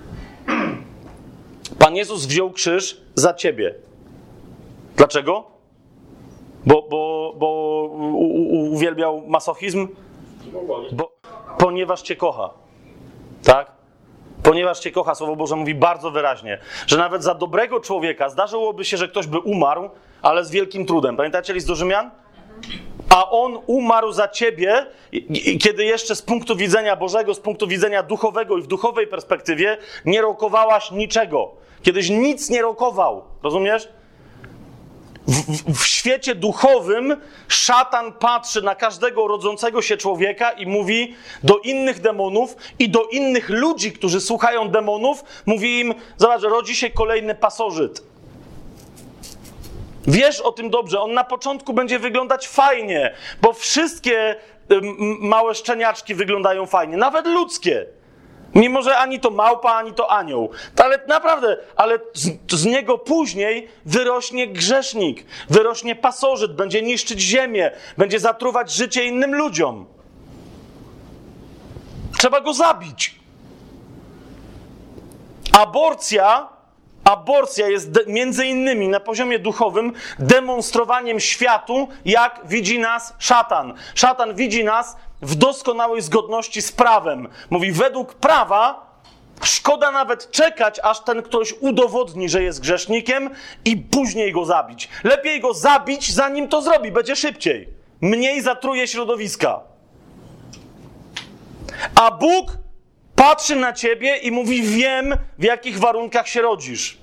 Pan Jezus wziął krzyż za ciebie. Dlaczego? Bo, bo, bo u, u, uwielbiał masochizm? Bo, ponieważ cię kocha. Tak? Ponieważ cię kocha. Słowo Boże mówi bardzo wyraźnie, że nawet za dobrego człowieka zdarzyłoby się, że ktoś by umarł, ale z wielkim trudem. Pamiętacie list do Rzymian? A on umarł za ciebie, kiedy jeszcze z punktu widzenia Bożego, z punktu widzenia duchowego i w duchowej perspektywie nie rokowałaś niczego. Kiedyś nic nie rokował. Rozumiesz? W, w, w świecie duchowym szatan patrzy na każdego rodzącego się człowieka i mówi do innych demonów i do innych ludzi, którzy słuchają demonów, mówi im, zobacz, rodzi się kolejny pasożyt. Wiesz o tym dobrze, on na początku będzie wyglądać fajnie, bo wszystkie m, małe szczeniaczki wyglądają fajnie, nawet ludzkie. Mimo że ani to małpa, ani to anioł. Ale naprawdę, ale z, z niego później wyrośnie grzesznik, wyrośnie pasożyt, będzie niszczyć ziemię, będzie zatruwać życie innym ludziom. Trzeba go zabić. Aborcja, aborcja jest de, między innymi na poziomie duchowym demonstrowaniem światu, jak widzi nas szatan. Szatan widzi nas w doskonałej zgodności z prawem. Mówi, według prawa szkoda nawet czekać, aż ten ktoś udowodni, że jest grzesznikiem i później go zabić. Lepiej go zabić, zanim to zrobi. Będzie szybciej. Mniej zatruje środowiska. A Bóg patrzy na ciebie i mówi, wiem, w jakich warunkach się rodzisz.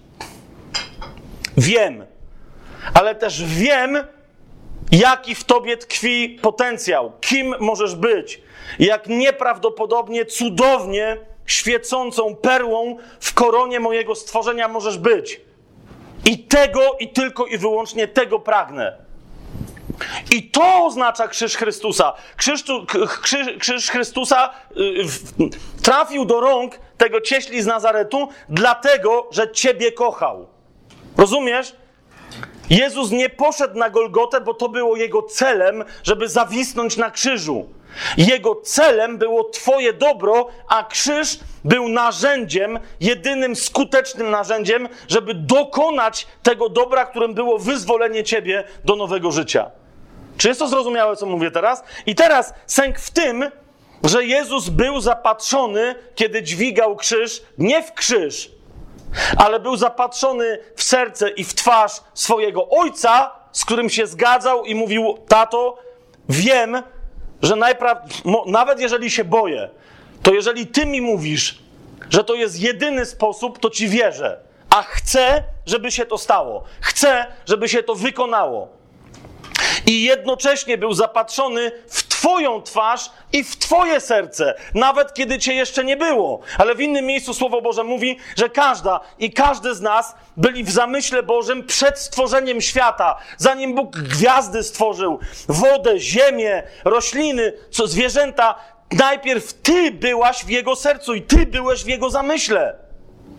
Wiem. Ale też wiem, jaki w tobie tkwi potencjał, kim możesz być, jak nieprawdopodobnie, cudownie świecącą perłą w koronie mojego stworzenia możesz być. I tego, i tylko i wyłącznie tego pragnę. I to oznacza krzyż Chrystusa. Krzyż, krzyż, krzyż Chrystusa yy, trafił do rąk tego cieśli z Nazaretu, dlatego, że ciebie kochał. Rozumiesz? Jezus nie poszedł na Golgotę, bo to było Jego celem, żeby zawisnąć na krzyżu. Jego celem było twoje dobro, a krzyż był narzędziem, jedynym skutecznym narzędziem, żeby dokonać tego dobra, którym było wyzwolenie ciebie do nowego życia. Czy jest to zrozumiałe, co mówię teraz? I teraz sęk w tym, że Jezus był zapatrzony, kiedy dźwigał krzyż, nie w krzyż, ale był zapatrzony w serce i w twarz swojego Ojca, z którym się zgadzał i mówił, tato, wiem, że najprawdopodobniej, nawet jeżeli się boję, to jeżeli ty mi mówisz, że to jest jedyny sposób, to ci wierzę. A chcę, żeby się to stało. Chcę, żeby się to wykonało. I jednocześnie był zapatrzony w twoją twarz i w twoje serce, nawet kiedy cię jeszcze nie było. Ale w innym miejscu Słowo Boże mówi, że każda i każdy z nas byli w zamyśle Bożym przed stworzeniem świata. Zanim Bóg gwiazdy stworzył, wodę, ziemię, rośliny, co zwierzęta, najpierw ty byłaś w Jego sercu i ty byłeś w Jego zamyśle.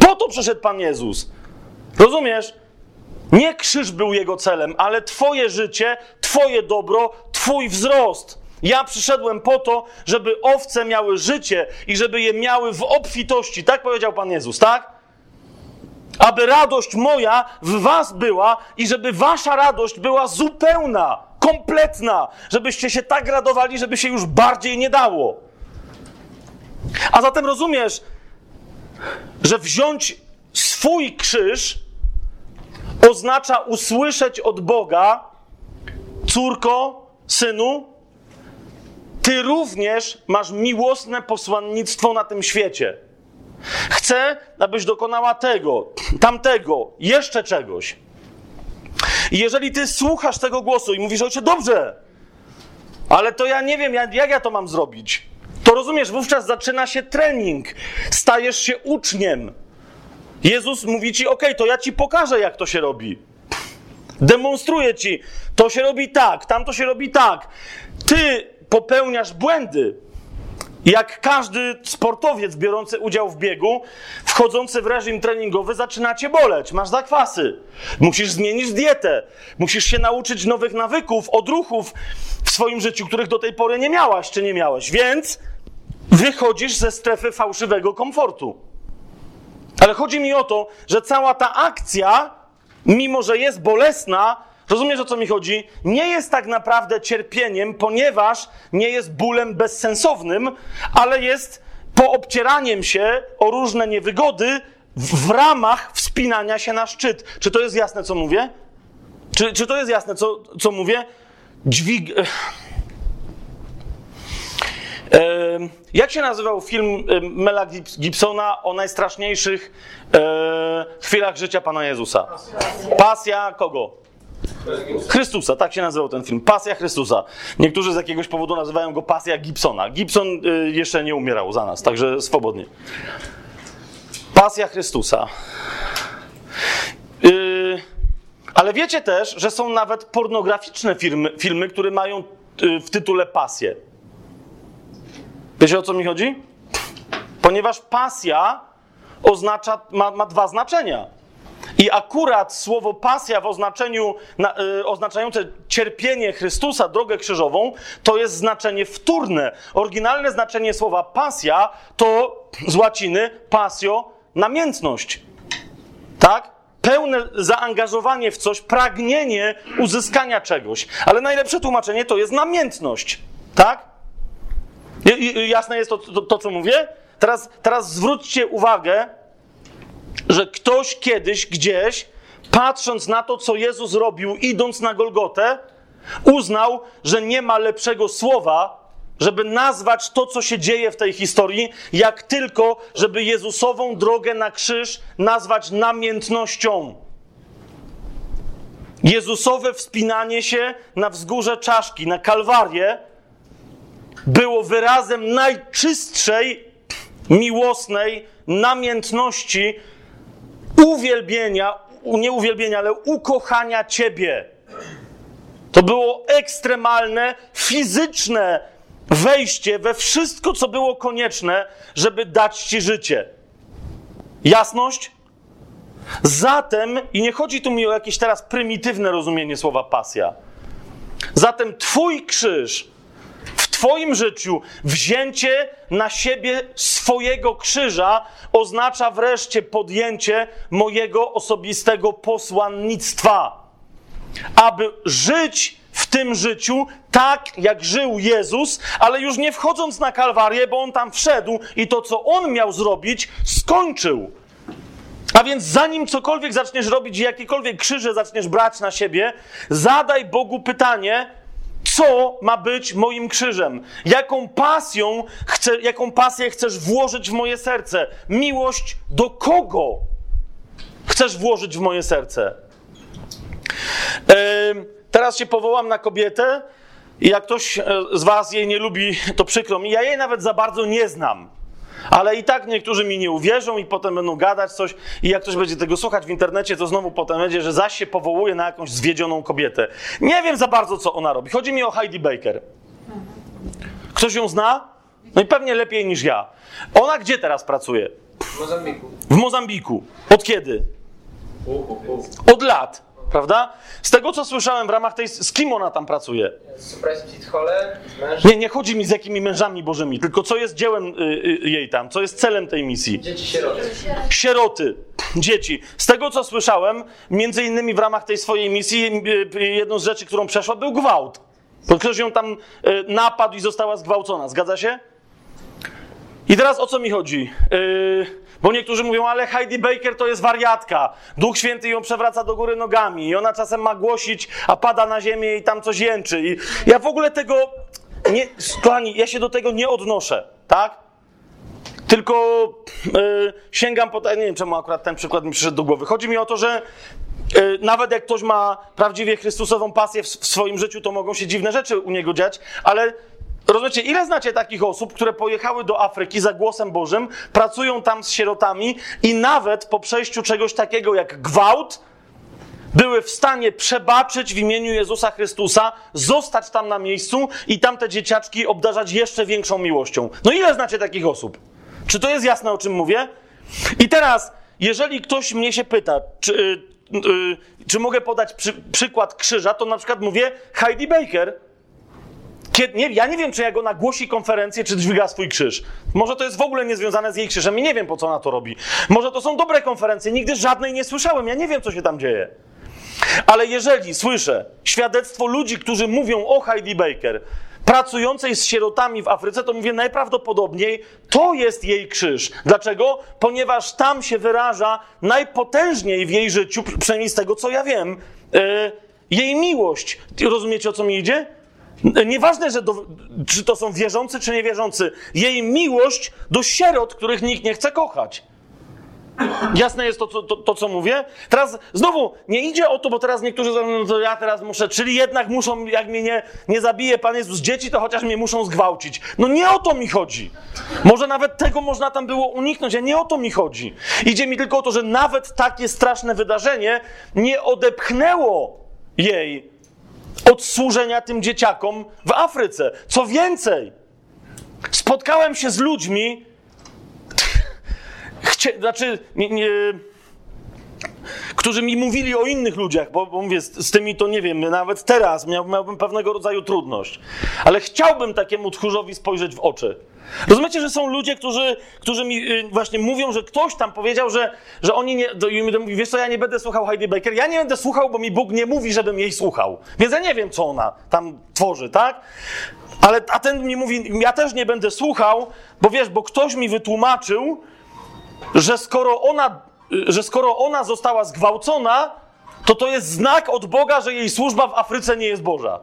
Po to przyszedł Pan Jezus. Rozumiesz? Nie krzyż był Jego celem, ale twoje życie, twoje dobro, twój wzrost. Ja przyszedłem po to, żeby owce miały życie i żeby je miały w obfitości. Tak powiedział Pan Jezus, tak? Aby radość moja w was była i żeby wasza radość była zupełna, kompletna. Żebyście się tak radowali, żeby się już bardziej nie dało. A zatem rozumiesz, że wziąć swój krzyż oznacza usłyszeć od Boga: córko, synu, ty również masz miłosne posłannictwo na tym świecie. Chcę, abyś dokonała tego, tamtego, jeszcze czegoś. I jeżeli ty słuchasz tego głosu i mówisz: ojcze, dobrze, ale to ja nie wiem, jak, jak ja to mam zrobić, to rozumiesz, wówczas zaczyna się trening. Stajesz się uczniem. Jezus mówi ci: okej, to ja ci pokażę, jak to się robi. Demonstruję ci, to się robi tak, tam to się robi tak. Ty popełniasz błędy. Jak każdy sportowiec biorący udział w biegu, wchodzący w reżim treningowy, zaczyna cię boleć. Masz zakwasy. Musisz zmienić dietę. Musisz się nauczyć nowych nawyków, odruchów w swoim życiu, których do tej pory nie miałaś czy nie miałeś. Więc wychodzisz ze strefy fałszywego komfortu. Ale chodzi mi o to, że cała ta akcja, mimo że jest bolesna, rozumiesz, o co mi chodzi? Nie jest tak naprawdę cierpieniem, ponieważ nie jest bólem bezsensownym, ale jest poobcieraniem się o różne niewygody w, w ramach wspinania się na szczyt. Czy to jest jasne, co mówię? Czy, czy to jest jasne, co, co mówię? Dźwig... Jak się nazywał film Mela Gibsona o najstraszniejszych e, chwilach życia Pana Jezusa? Pasja kogo? Chrystusa, tak się nazywał ten film. Pasja Chrystusa. Niektórzy z jakiegoś powodu nazywają go Pasja Gibsona. Gibson y, jeszcze nie umierał za nas, także swobodnie. Pasja Chrystusa. Y, ale wiecie też, że są nawet pornograficzne filmy, filmy, które mają y, w tytule pasję. Wiecie, o co mi chodzi? Ponieważ pasja oznacza, ma, ma dwa znaczenia. I akurat słowo pasja w oznaczeniu, na, y, oznaczające cierpienie Chrystusa, drogę krzyżową, to jest znaczenie wtórne. Oryginalne znaczenie słowa pasja to z łaciny passio, namiętność. Tak? Pełne zaangażowanie w coś, pragnienie uzyskania czegoś. Ale najlepsze tłumaczenie to jest namiętność. Tak? I, i, jasne jest to, to, to co mówię? Teraz, teraz zwróćcie uwagę, że ktoś kiedyś, gdzieś, patrząc na to, co Jezus robił, idąc na Golgotę, uznał, że nie ma lepszego słowa, żeby nazwać to, co się dzieje w tej historii, jak tylko, żeby Jezusową drogę na krzyż nazwać namiętnością. Jezusowe wspinanie się na wzgórze Czaszki, na Kalwarię, było wyrazem najczystszej, miłosnej namiętności, uwielbienia, nie uwielbienia, ale ukochania Ciebie. To było ekstremalne, fizyczne wejście we wszystko, co było konieczne, żeby dać Ci życie. Jasność? Zatem, i nie chodzi tu mi o jakieś teraz prymitywne rozumienie słowa pasja, zatem Twój krzyż w Twoim życiu, wzięcie na siebie swojego krzyża oznacza wreszcie podjęcie mojego osobistego posłannictwa. Aby żyć w tym życiu tak, jak żył Jezus, ale już nie wchodząc na Kalwarię, bo On tam wszedł i to, co On miał zrobić, skończył. A więc zanim cokolwiek zaczniesz robić i jakiekolwiek krzyże zaczniesz brać na siebie, zadaj Bogu pytanie, co ma być moim krzyżem? Jaką pasją chcę, jaką pasję chcesz włożyć w moje serce? Miłość do kogo chcesz włożyć w moje serce? Yy, teraz się powołam na kobietę i jak ktoś z was jej nie lubi, to przykro mi. Ja jej nawet za bardzo nie znam. Ale i tak niektórzy mi nie uwierzą i potem będą gadać coś i jak ktoś będzie tego słuchać w internecie, to znowu potem będzie, że zaś się powołuje na jakąś zwiedzioną kobietę. Nie wiem za bardzo, co ona robi. Chodzi mi o Heidi Baker. Ktoś ją zna? No i pewnie lepiej niż ja. Ona gdzie teraz pracuje? W Mozambiku. W Mozambiku. Od kiedy? Od lat, prawda? Z tego, co słyszałem w ramach tej... Z kim ona tam pracuje? Z Surprise Pit Hole, z mężem. Nie, nie chodzi mi z jakimi mężami bożymi, tylko co jest dziełem y, y, jej tam, co jest celem tej misji. Dzieci sieroty. Sieroty, dzieci. Z tego, co słyszałem, między innymi w ramach tej swojej misji, y, y, jedną z rzeczy, którą przeszła, był gwałt. Bo ktoś ją tam y, napadł i została zgwałcona. Zgadza się? I teraz o co mi chodzi? Yy, bo niektórzy mówią, ale Heidi Baker to jest wariatka. Duch Święty ją przewraca do góry nogami i ona czasem ma głosić, a pada na ziemię i tam coś jęczy. I ja w ogóle tego, nie, kochani, ja się do tego nie odnoszę, tak? Tylko yy, sięgam po... Nie wiem, czemu akurat ten przykład mi przyszedł do głowy. Chodzi mi o to, że yy, nawet jak ktoś ma prawdziwie chrystusową pasję w, w swoim życiu, to mogą się dziwne rzeczy u niego dziać, ale... Rozumiecie, ile znacie takich osób, które pojechały do Afryki za głosem Bożym, pracują tam z sierotami i nawet po przejściu czegoś takiego jak gwałt były w stanie przebaczyć w imieniu Jezusa Chrystusa, zostać tam na miejscu i tamte dzieciaczki obdarzać jeszcze większą miłością. No ile znacie takich osób? Czy to jest jasne, o czym mówię? I teraz, jeżeli ktoś mnie się pyta, czy, yy, yy, czy mogę podać przy, przykład krzyża, to na przykład mówię Heidi Baker. Kiedy, nie, ja nie wiem, czy jak ona głosi konferencję, czy dźwiga swój krzyż. Może to jest w ogóle niezwiązane z jej krzyżem i nie wiem, po co ona to robi. Może to są dobre konferencje, nigdy żadnej nie słyszałem, ja nie wiem, co się tam dzieje. Ale jeżeli słyszę świadectwo ludzi, którzy mówią o Heidi Baker, pracującej z sierotami w Afryce, to mówię najprawdopodobniej, to jest jej krzyż. Dlaczego? Ponieważ tam się wyraża najpotężniej w jej życiu, przynajmniej z tego, co ja wiem, yy, jej miłość. Rozumiecie, o co mi idzie? Nieważne, że do, czy to są wierzący, czy niewierzący. Jej miłość do sierot, których nikt nie chce kochać. Jasne jest to, to, to, to co mówię? Teraz znowu, nie idzie o to, bo teraz niektórzy mówią, no to ja teraz muszę, czyli jednak muszą, jak mnie nie, nie zabije Pan Jezus dzieci, to chociaż mnie muszą zgwałcić. No nie o to mi chodzi. Może nawet tego można tam było uniknąć, a nie o to mi chodzi. Idzie mi tylko o to, że nawet takie straszne wydarzenie nie odepchnęło jej od służenia tym dzieciakom w Afryce. Co więcej, spotkałem się z ludźmi, chcie, znaczy, nie, nie, którzy mi mówili o innych ludziach, bo, bo mówię, z, z tymi to nie wiem, nawet teraz miał, miałbym pewnego rodzaju trudność, ale chciałbym takiemu tchórzowi spojrzeć w oczy. Rozumiecie, że są ludzie, którzy, którzy mi y, właśnie mówią, że ktoś tam powiedział, że, że oni nie... Do, i mi mówi, wiesz co, ja nie będę słuchał Heidi Baker, ja nie będę słuchał, bo mi Bóg nie mówi, żebym jej słuchał. Więc ja nie wiem, co ona tam tworzy, tak? Ale a ten mi mówi, ja też nie będę słuchał, bo wiesz, bo ktoś mi wytłumaczył, że skoro ona, że skoro ona została zgwałcona, to to jest znak od Boga, że jej służba w Afryce nie jest Boża.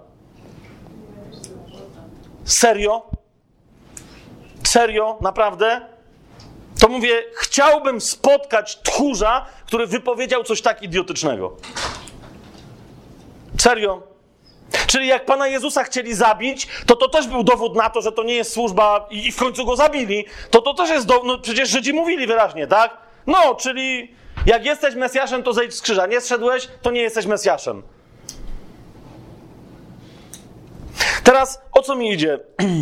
Serio? Serio? Naprawdę? To mówię, chciałbym spotkać tchórza, który wypowiedział coś tak idiotycznego. Serio? Czyli jak Pana Jezusa chcieli zabić, to to też był dowód na to, że to nie jest służba i w końcu go zabili. To to też jest dowód, no przecież Żydzi mówili wyraźnie, tak? No, czyli jak jesteś Mesjaszem, to zejdź z krzyża. Nie zszedłeś, to nie jesteś Mesjaszem. Teraz o co mi idzie?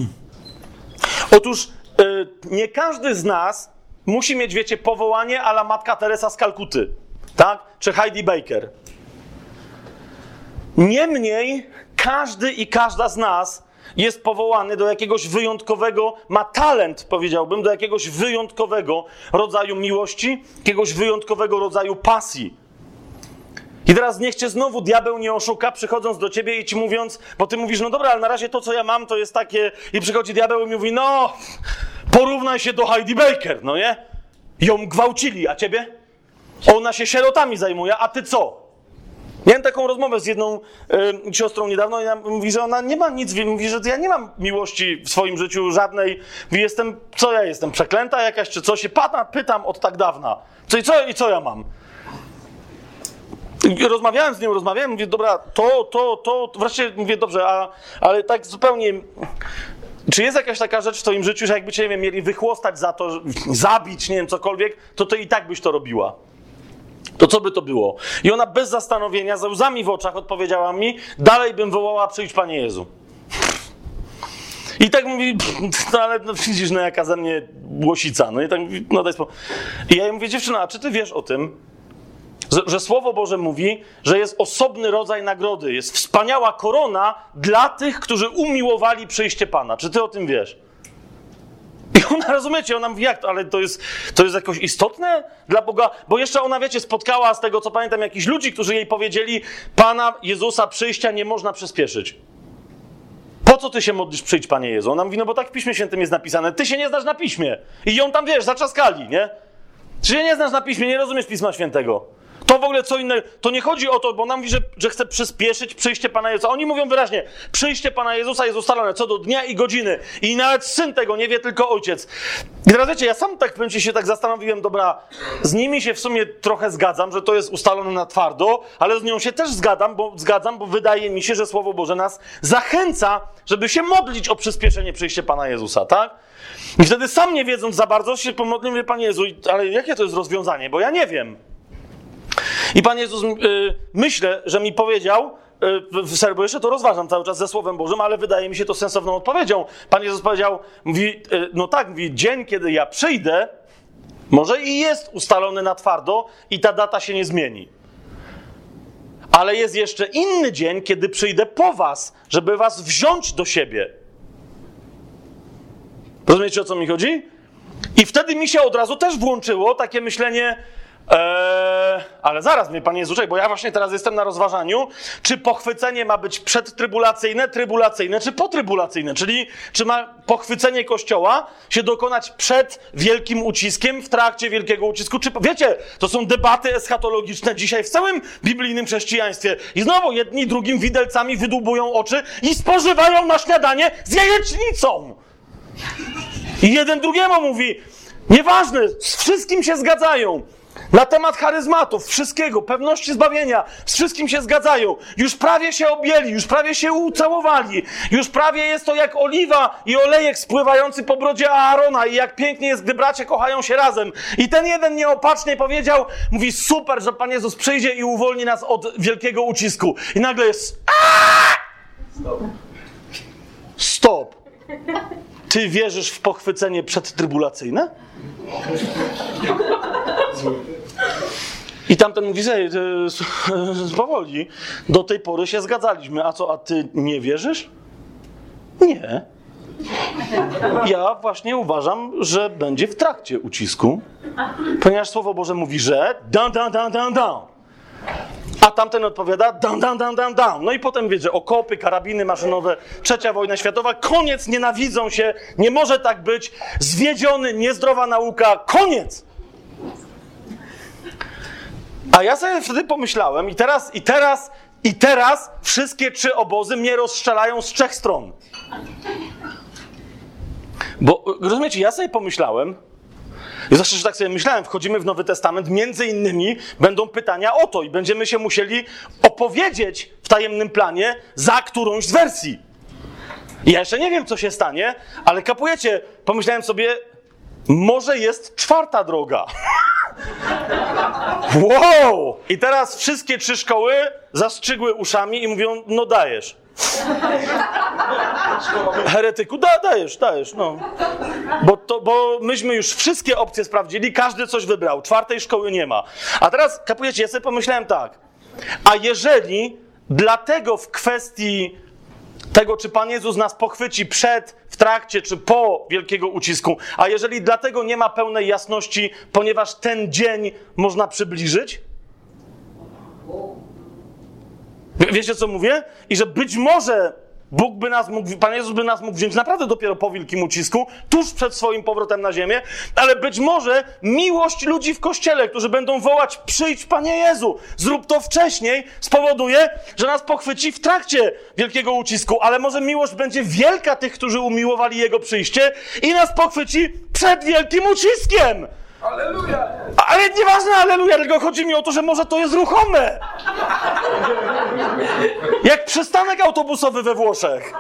Otóż yy, nie każdy z nas musi mieć, wiecie, powołanie a la Matka Teresa z Kalkuty, tak? Czy Heidi Baker. Niemniej każdy i każda z nas jest powołany do jakiegoś wyjątkowego, ma talent, powiedziałbym, do jakiegoś wyjątkowego rodzaju miłości, jakiegoś wyjątkowego rodzaju pasji. I teraz niech cię znowu diabeł nie oszuka, przychodząc do ciebie i ci mówiąc, bo ty mówisz, no dobra, ale na razie to, co ja mam, to jest takie... I przychodzi diabeł i mówi, no, porównaj się do Heidi Baker, no nie? Ją gwałcili, a ciebie? Ona się sierotami zajmuje, a ty co? Miałem taką rozmowę z jedną y, siostrą niedawno i ona mówi, że ona nie ma nic, mówi, że ja nie mam miłości w swoim życiu żadnej. Mówi, jestem, co ja jestem, przeklęta jakaś, czy coś? I pytam, pytam od tak dawna. Co, i, co, I co ja mam? I rozmawiałem z nią, rozmawiałem, mówię, dobra, to, to, to, wreszcie mówię, dobrze, a, ale tak zupełnie... Czy jest jakaś taka rzecz w twoim życiu, że jakby cię, nie wiem, mieli wychłostać za to, zabić, nie wiem, cokolwiek, to ty i tak byś to robiła? To co by to było? I ona bez zastanowienia, ze łzami w oczach odpowiedziała mi, dalej bym wołała, przyjdź Panie Jezu. I tak mówi, no ale no, widzisz, no jaka ze mnie głosica. No i tak mówi, no daj spokój. I ja jej mówię, dziewczyna, a czy ty wiesz o tym, że, że Słowo Boże mówi, że jest osobny rodzaj nagrody, jest wspaniała korona dla tych, którzy umiłowali przyjście Pana. Czy ty o tym wiesz? I ona, rozumiecie, ona mówi, jak to, ale to jest, to jest jakoś istotne dla Boga? Bo jeszcze ona, wiecie, spotkała, z tego co pamiętam, jakichś ludzi, którzy jej powiedzieli, Pana Jezusa przyjścia nie można przyspieszyć. Po co ty się modlisz, przyjdź, Panie Jezu? Ona mówi, no bo tak w Piśmie Świętym jest napisane, ty się nie znasz na Piśmie. I ją tam, wiesz, zaczaskali, nie? Czy się nie znasz na Piśmie, nie rozumiesz Pisma Świętego. To w ogóle co innego. To nie chodzi o to, bo ona mówi, że, że chce przyspieszyć przyjście Pana Jezusa. Oni mówią wyraźnie, przyjście Pana Jezusa jest ustalone co do dnia i godziny. I nawet Syn tego nie wie, tylko Ojciec. I teraz wiecie, ja sam tak powiem ci się tak zastanowiłem, dobra, z nimi się w sumie trochę zgadzam, że to jest ustalone na twardo, ale z nią się też zgadzam, bo, zgadzam, bo wydaje mi się, że Słowo Boże nas zachęca, żeby się modlić o przyspieszenie przyjścia Pana Jezusa, tak? I wtedy sam nie wiedząc za bardzo się pomodlę, mówię, Panie Jezu, ale jakie to jest rozwiązanie? Bo ja nie wiem. I Pan Jezus, yy, myślę, że mi powiedział, yy, w serio, bo jeszcze to rozważam cały czas ze Słowem Bożym, ale wydaje mi się to sensowną odpowiedzią. Pan Jezus powiedział, mówi, yy, no tak, mówi, dzień, kiedy ja przyjdę, może i jest ustalony na twardo i ta data się nie zmieni. Ale jest jeszcze inny dzień, kiedy przyjdę po was, żeby was wziąć do siebie. Rozumiecie, o co mi chodzi? I wtedy mi się od razu też włączyło takie myślenie, Eee, ale zaraz mnie, Panie Jezu, czekaj, bo ja właśnie teraz jestem na rozważaniu, czy pochwycenie ma być przedtrybulacyjne, trybulacyjne, czy potrybulacyjne, czyli czy ma pochwycenie Kościoła się dokonać przed wielkim uciskiem, w trakcie wielkiego ucisku, czy, wiecie, to są debaty eschatologiczne dzisiaj w całym biblijnym chrześcijaństwie i znowu jedni drugim widelcami wydłubują oczy i spożywają na śniadanie z jajecznicą. I jeden drugiemu mówi, nieważne, z wszystkim się zgadzają. Na temat charyzmatów, wszystkiego, pewności zbawienia, z wszystkim się zgadzają. Już prawie się objęli, już prawie się ucałowali. Już prawie jest to jak oliwa i olejek spływający po brodzie Aarona i jak pięknie jest, gdy bracia kochają się razem. I ten jeden nieopatrznie powiedział, mówi, super, że Pan Jezus przyjdzie i uwolni nas od wielkiego ucisku. I nagle jest... Stop. Stop. Ty wierzysz w pochwycenie przedtrybulacyjne? I tamten mówi, że powoli, do tej pory się zgadzaliśmy. A co, a ty nie wierzysz? Nie. Ja właśnie uważam, że będzie w trakcie ucisku, ponieważ Słowo Boże mówi, że down, down, down, down, down. A tamten odpowiada down, down, down, down, down. No i potem wiecie, okopy, karabiny maszynowe, trzecia wojna światowa, koniec, nienawidzą się, nie może tak być, zwiedziony, niezdrowa nauka, koniec. A ja sobie wtedy pomyślałem i teraz, i teraz, i teraz wszystkie trzy obozy mnie rozstrzelają z trzech stron. Bo, rozumiecie, ja sobie pomyślałem, i zawsze, że tak sobie myślałem, wchodzimy w Nowy Testament, między innymi będą pytania o to i będziemy się musieli opowiedzieć w tajemnym planie za którąś z wersji. I ja jeszcze nie wiem, co się stanie, ale kapujecie, pomyślałem sobie, może jest czwarta droga. Wow! I teraz wszystkie trzy szkoły zastrzygły uszami i mówią, no dajesz. Heretyku, da, dajesz, dajesz, no. Bo, to, bo myśmy już wszystkie opcje sprawdzili, każdy coś wybrał, czwartej szkoły nie ma. A teraz, kapujecie, ja sobie pomyślałem tak, a jeżeli dlatego w kwestii tego, czy Pan Jezus nas pochwyci przed, w trakcie, czy po wielkiego ucisku, a jeżeli dlatego nie ma pełnej jasności, ponieważ ten dzień można przybliżyć? Wiecie, co mówię? I że być może Bóg by nas mógł, Pan Jezus by nas mógł wziąć naprawdę dopiero po wielkim ucisku, tuż przed swoim powrotem na ziemię, ale być może miłość ludzi w Kościele, którzy będą wołać, przyjdź, Panie Jezu, zrób to wcześniej, spowoduje, że nas pochwyci w trakcie wielkiego ucisku, ale może miłość będzie wielka tych, którzy umiłowali Jego przyjście i nas pochwyci przed wielkim uciskiem. Alleluja! Ale nieważne, alleluja, tylko chodzi mi o to, że może to jest ruchome. Jak przystanek autobusowy we Włoszech.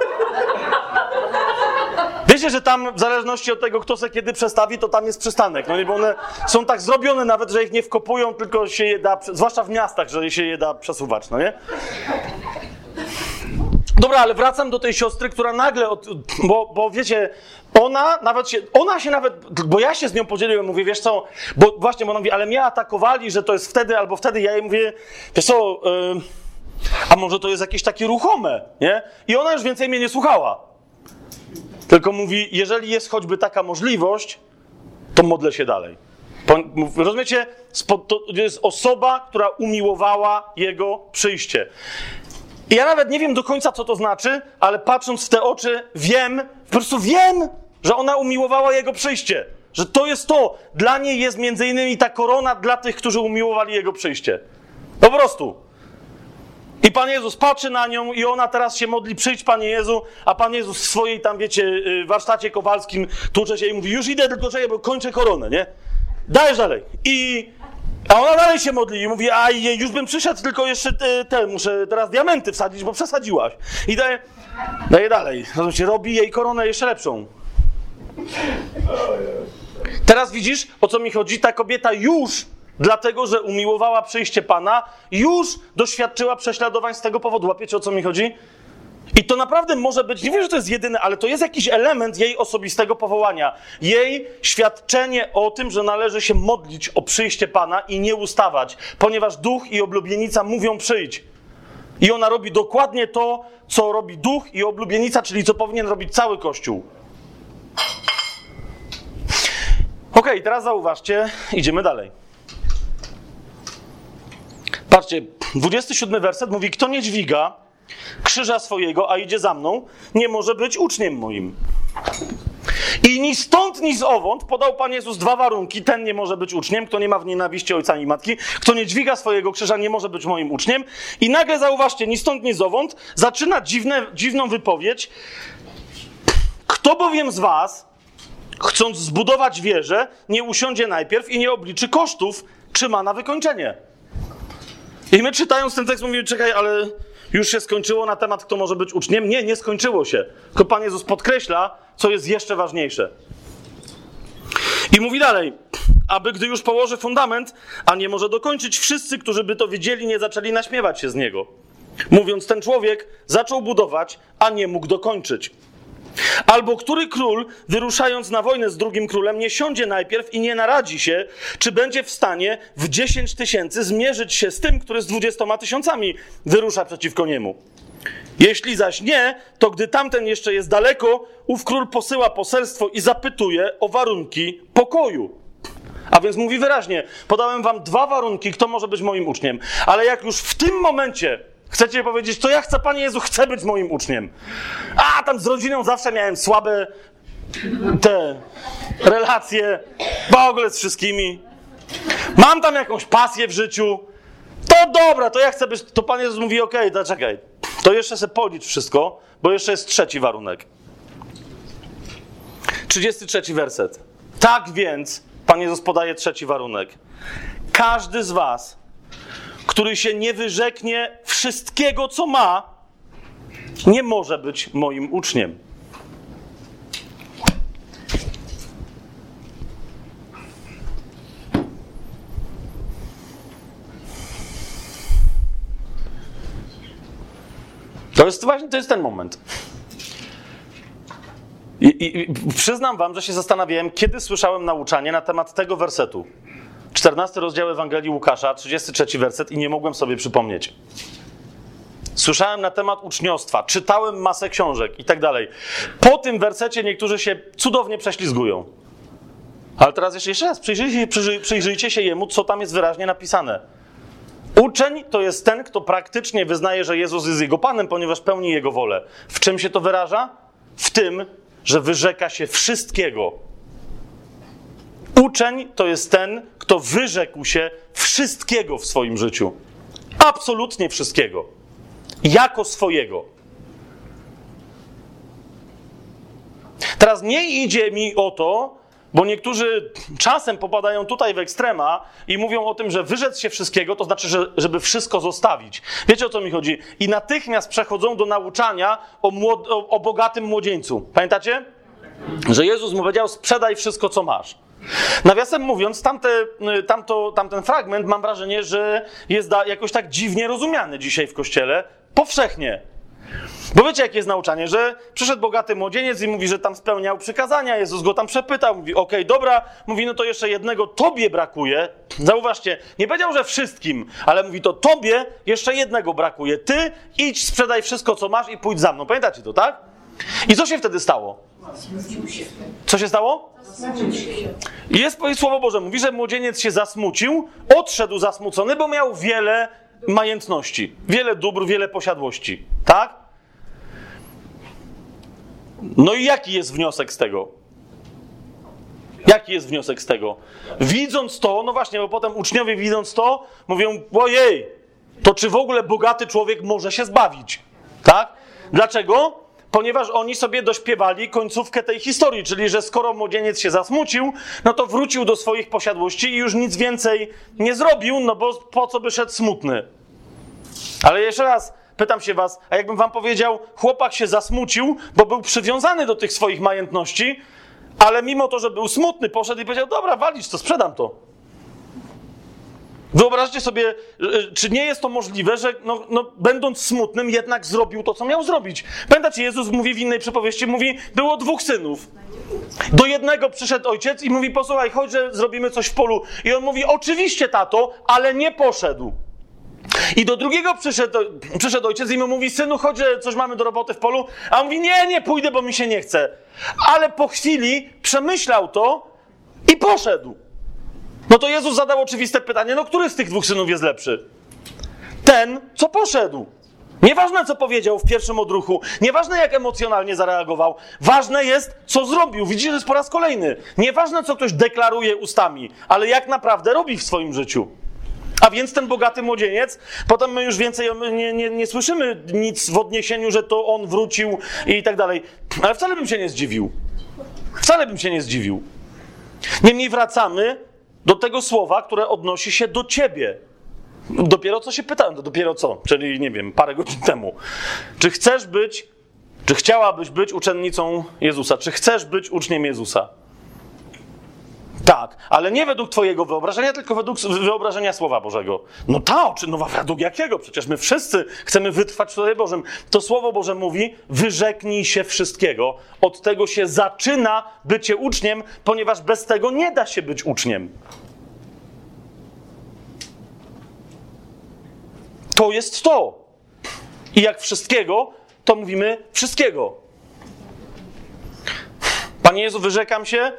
Wiecie, że tam w zależności od tego, kto se kiedy przestawi, to tam jest przystanek. No i bo one są tak zrobione nawet, że ich nie wkopują, tylko się je da, zwłaszcza w miastach, że się je da przesuwać, no nie? Dobra, ale wracam do tej siostry, która nagle, od, bo, bo wiecie, ona nawet się, ona się nawet, bo ja się z nią podzieliłem, mówię, wiesz co, bo właśnie, bo ona mówi, ale mnie atakowali, że to jest wtedy albo wtedy, ja jej mówię, wiesz co, yy, a może to jest jakieś takie ruchome, nie? I ona już więcej mnie nie słuchała. Tylko mówi, jeżeli jest choćby taka możliwość, to modlę się dalej. Rozumiecie? To jest osoba, która umiłowała jego przyjście. I ja nawet nie wiem do końca, co to znaczy, ale patrząc w te oczy, wiem, po prostu wiem, że ona umiłowała jego przyjście. Że to jest to. Dla niej jest między innymi ta korona dla tych, którzy umiłowali jego przyjście. Po prostu. I Pan Jezus patrzy na nią i ona teraz się modli, przyjdź Panie Jezu, a Pan Jezus w swojej tam, wiecie, warsztacie kowalskim tłucze się i mówi, już idę, tylko czekaj, bo kończę koronę, nie? Dajesz dalej. I... A ona dalej się modli i mówi, a już bym przyszedł, tylko jeszcze te, te muszę teraz diamenty wsadzić, bo przesadziłaś. I daje, daje dalej. Rozumiecie, robi jej koronę jeszcze lepszą. Teraz widzisz, o co mi chodzi? Ta kobieta już, dlatego że umiłowała przyjście Pana, już doświadczyła prześladowań z tego powodu. Łapiecie, o co mi chodzi? I to naprawdę może być, nie wiem, że to jest jedyny, ale to jest jakiś element jej osobistego powołania. Jej świadczenie o tym, że należy się modlić o przyjście Pana i nie ustawać, ponieważ Duch i oblubienica mówią przyjdź. I ona robi dokładnie to, co robi Duch i oblubienica, czyli co powinien robić cały Kościół. Okej, okay, teraz zauważcie, idziemy dalej. Patrzcie, dwudziesty siódmy werset mówi, kto nie dźwiga krzyża swojego, a idzie za mną, nie może być uczniem moim. I ni stąd, ni zowąd podał Pan Jezus dwa warunki. Ten nie może być uczniem, kto nie ma w nienawiści ojca i matki, kto nie dźwiga swojego krzyża, nie może być moim uczniem. I nagle zauważcie, ni stąd, ni zowąd zaczyna dziwne, dziwną wypowiedź. Kto bowiem z was, chcąc zbudować wieżę, nie usiądzie najpierw i nie obliczy kosztów, czy ma na wykończenie. I my czytając ten tekst mówimy, czekaj, ale już się skończyło na temat, kto może być uczniem? Nie, nie skończyło się. Tylko Pan Jezus podkreśla, co jest jeszcze ważniejsze. I mówi dalej, aby gdy już położy fundament, a nie może dokończyć, wszyscy, którzy by to widzieli, nie zaczęli naśmiewać się z niego. Mówiąc, ten człowiek zaczął budować, a nie mógł dokończyć. Albo który król, wyruszając na wojnę z drugim królem, nie siądzie najpierw i nie naradzi się, czy będzie w stanie w dziesięć tysięcy zmierzyć się z tym, który z dwudziestoma tysiącami wyrusza przeciwko niemu. Jeśli zaś nie, to gdy tamten jeszcze jest daleko, ów król posyła poselstwo i zapytuje o warunki pokoju. A więc mówi wyraźnie, podałem wam dwa warunki, kto może być moim uczniem. Ale jak już w tym momencie chcecie powiedzieć, to ja chcę, Panie Jezu, chcę być moim uczniem. A, tam z rodziną zawsze miałem słabe te relacje, w ogóle z wszystkimi. Mam tam jakąś pasję w życiu. To dobra, to ja chcę być... To Pan Jezus mówi, okej, okay, to czekaj. To jeszcze sobie policz wszystko, bo jeszcze jest trzeci warunek. trzydziesty trzeci werset. Tak więc, Pan Jezus podaje trzeci warunek. Każdy z was, który się nie wyrzeknie wszystkiego, co ma, nie może być moim uczniem. To jest właśnie to jest ten moment. I, i, i przyznam wam, że się zastanawiałem, kiedy słyszałem nauczanie na temat tego wersetu. czternasty rozdział Ewangelii Łukasza, trzydziesty trzeci werset i nie mogłem sobie przypomnieć. Słyszałem na temat uczniostwa, czytałem masę książek i tak dalej. Po tym wersecie niektórzy się cudownie prześlizgują. Ale teraz jeszcze, jeszcze raz, przyjrzyjcie, przyjrzyj, przyjrzyjcie się jemu, co tam jest wyraźnie napisane. Uczeń to jest ten, kto praktycznie wyznaje, że Jezus jest jego Panem, ponieważ pełni Jego wolę. W czym się to wyraża? W tym, że wyrzeka się wszystkiego. Uczeń to jest ten, kto wyrzekł się wszystkiego w swoim życiu. Absolutnie wszystkiego. Jako swojego. Teraz nie idzie mi o to, bo niektórzy czasem popadają tutaj w ekstrema i mówią o tym, że wyrzec się wszystkiego, to znaczy, że, żeby wszystko zostawić. Wiecie, o co mi chodzi? I natychmiast przechodzą do nauczania o, młod- o, o bogatym młodzieńcu. Pamiętacie? Że Jezus mu powiedział, sprzedaj wszystko, co masz. Nawiasem mówiąc, tamte, tamto, tamten fragment mam wrażenie, że jest da, jakoś tak dziwnie rozumiany dzisiaj w Kościele. Powszechnie. Bo wiecie, jakie jest nauczanie, że przyszedł bogaty młodzieniec i mówi, że tam spełniał przykazania, Jezus go tam przepytał, mówi, okej, okay, dobra, mówi, no to jeszcze jednego tobie brakuje. Zauważcie, nie powiedział, że wszystkim, ale mówi, to tobie jeszcze jednego brakuje. Ty idź, sprzedaj wszystko, co masz i pójdź za mną. Pamiętacie to, tak? I co się wtedy stało? Co się stało? Jest Słowo Boże, mówi, że młodzieniec się zasmucił, odszedł zasmucony, bo miał wiele majętności, wiele dóbr, wiele posiadłości, tak? No i jaki jest wniosek z tego? Jaki jest wniosek z tego? Widząc to, no właśnie, bo potem uczniowie widząc to, mówią, ojej, to czy w ogóle bogaty człowiek może się zbawić? Tak? Dlaczego? Ponieważ oni sobie dośpiewali końcówkę tej historii, czyli że skoro młodzieniec się zasmucił, no to wrócił do swoich posiadłości i już nic więcej nie zrobił, no bo po co by szedł smutny? Ale jeszcze raz pytam się was, a jakbym wam powiedział, chłopak się zasmucił, bo był przywiązany do tych swoich majętności, ale mimo to, że był smutny, poszedł i powiedział, dobra, walić to, sprzedam to. Wyobraźcie sobie, czy nie jest to możliwe, że no, no, będąc smutnym jednak zrobił to, co miał zrobić. Pamiętacie, Jezus mówi w innej przypowieści, mówi, było dwóch synów. Do jednego przyszedł ojciec i mówi, posłuchaj, chodź, że zrobimy coś w polu. I on mówi, oczywiście, tato, ale nie poszedł. I do drugiego przyszedł, przyszedł ojciec i mu mówi, synu, chodź, że coś mamy do roboty w polu. A on mówi, nie, nie pójdę, bo mi się nie chce. Ale po chwili przemyślał to i poszedł. No to Jezus zadał oczywiste pytanie, no który z tych dwóch synów jest lepszy? Ten, co poszedł. Nieważne, co powiedział w pierwszym odruchu, nieważne, jak emocjonalnie zareagował, ważne jest, co zrobił. Widzicie, to jest po raz kolejny. Nieważne, co ktoś deklaruje ustami, ale jak naprawdę robi w swoim życiu. A więc ten bogaty młodzieniec, potem my już więcej nie, nie, nie słyszymy nic w odniesieniu, że to on wrócił i tak dalej. Ale wcale bym się nie zdziwił. Wcale bym się nie zdziwił. Niemniej wracamy do tego słowa, które odnosi się do ciebie. Dopiero co się pytałem, to dopiero co, czyli nie wiem, parę godzin temu. Czy chcesz być, czy chciałabyś być uczennicą Jezusa? Czy chcesz być uczniem Jezusa? Tak, ale nie według twojego wyobrażenia, tylko według wyobrażenia Słowa Bożego. No ta, czy no według jakiego? Przecież my wszyscy chcemy wytrwać w Słowie Bożym. To Słowo Boże mówi, wyrzeknij się wszystkiego. Od tego się zaczyna bycie uczniem, ponieważ bez tego nie da się być uczniem. To jest to. I jak wszystkiego, to mówimy wszystkiego. Panie Jezu, wyrzekam się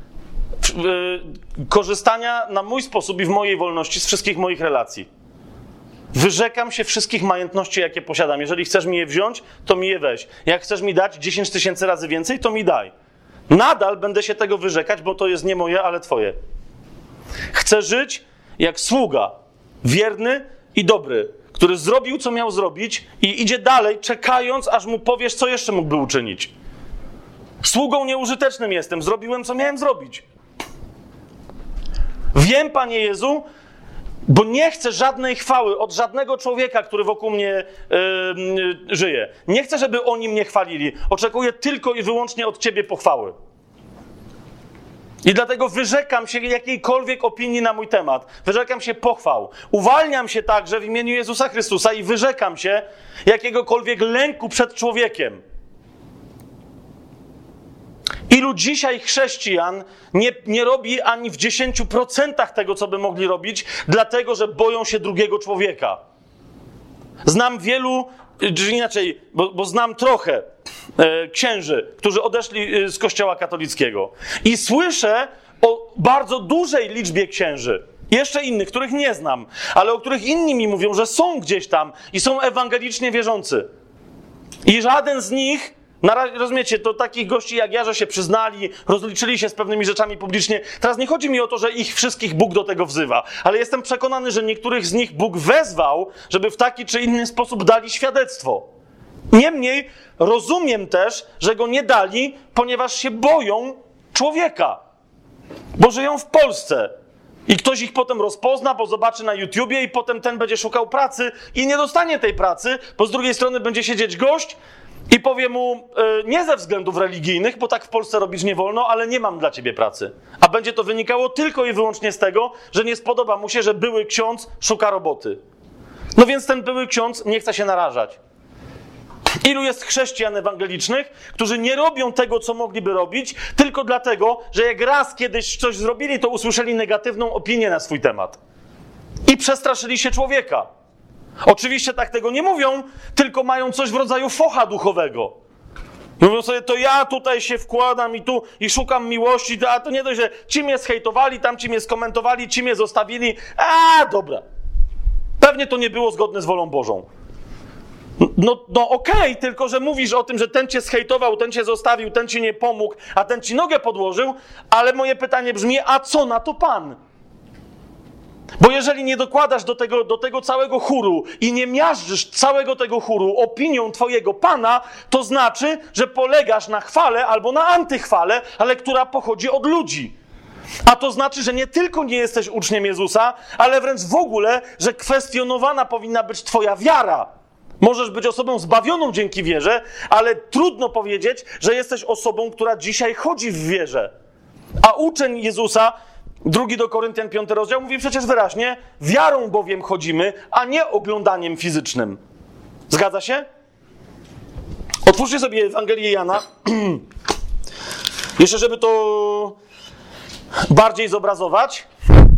korzystania na mój sposób i w mojej wolności z wszystkich moich relacji. Wyrzekam się wszystkich majątności, jakie posiadam. Jeżeli chcesz mi je wziąć, to mi je weź. Jak chcesz mi dać dziesięć tysięcy razy więcej, to mi daj. Nadal będę się tego wyrzekać, bo to jest nie moje, ale twoje. Chcę żyć jak sługa, wierny i dobry, który zrobił, co miał zrobić i idzie dalej, czekając, aż mu powiesz, co jeszcze mógłby uczynić. Sługą nieużytecznym jestem, zrobiłem, co miałem zrobić. Wiem, Panie Jezu, bo nie chcę żadnej chwały od żadnego człowieka, który wokół mnie yy, yy, żyje. Nie chcę, żeby oni mnie chwalili. Oczekuję tylko i wyłącznie od Ciebie pochwały. I dlatego wyrzekam się jakiejkolwiek opinii na mój temat. Wyrzekam się pochwał. Uwalniam się także w imieniu Jezusa Chrystusa i wyrzekam się jakiegokolwiek lęku przed człowiekiem. Ilu dzisiaj chrześcijan nie, nie robi ani w dziesięciu procentach tego, co by mogli robić, dlatego, że boją się drugiego człowieka. Znam wielu, czy inaczej, bo, bo znam trochę e, księży, którzy odeszli z Kościoła katolickiego. I słyszę o bardzo dużej liczbie księży, jeszcze innych, których nie znam, ale o których inni mi mówią, że są gdzieś tam i są ewangelicznie wierzący. I żaden z nich, na razie, rozumiecie, to takich gości jak ja, że się przyznali, rozliczyli się z pewnymi rzeczami publicznie. Teraz nie chodzi mi o to, że ich wszystkich Bóg do tego wzywa, ale jestem przekonany, że niektórych z nich Bóg wezwał, żeby w taki czy inny sposób dali świadectwo. Niemniej rozumiem też, że go nie dali, ponieważ się boją człowieka, bo żyją w Polsce. I ktoś ich potem rozpozna, bo zobaczy na YouTubie i potem ten będzie szukał pracy i nie dostanie tej pracy, bo z drugiej strony będzie siedzieć gość i powie mu, y, nie ze względów religijnych, bo tak w Polsce robić nie wolno, ale nie mam dla ciebie pracy. A będzie to wynikało tylko i wyłącznie z tego, że nie spodoba mu się, że były ksiądz szuka roboty. No więc ten były ksiądz nie chce się narażać. Ilu jest chrześcijan ewangelicznych, którzy nie robią tego, co mogliby robić, tylko dlatego, że jak raz kiedyś coś zrobili, to usłyszeli negatywną opinię na swój temat. I przestraszyli się człowieka. Oczywiście tak tego nie mówią, tylko mają coś w rodzaju focha duchowego. Mówią sobie, to ja tutaj się wkładam i tu i szukam miłości, a to nie dość, że ci mnie zhejtowali, tam ci mnie skomentowali, ci mnie zostawili. A, dobra. Pewnie to nie było zgodne z wolą Bożą. No, no okej, okay, tylko że mówisz o tym, że ten cię zhejtował, ten cię zostawił, ten ci nie pomógł, a ten ci nogę podłożył, ale moje pytanie brzmi, a co na to Pan? Bo jeżeli nie dokładasz do tego, do tego całego chóru i nie miażdżysz całego tego chóru opinią twojego Pana, to znaczy, że polegasz na chwale albo na antychwale, ale która pochodzi od ludzi. A to znaczy, że nie tylko nie jesteś uczniem Jezusa, ale wręcz w ogóle, że kwestionowana powinna być twoja wiara. Możesz być osobą zbawioną dzięki wierze, ale trudno powiedzieć, że jesteś osobą, która dzisiaj chodzi w wierze. A uczeń Jezusa, drugi do Koryntian, piąty rozdział, mówi przecież wyraźnie, wiarą bowiem chodzimy, a nie oglądaniem fizycznym. Zgadza się? Otwórzcie sobie Ewangelię Jana. Jeszcze, żeby to bardziej zobrazować.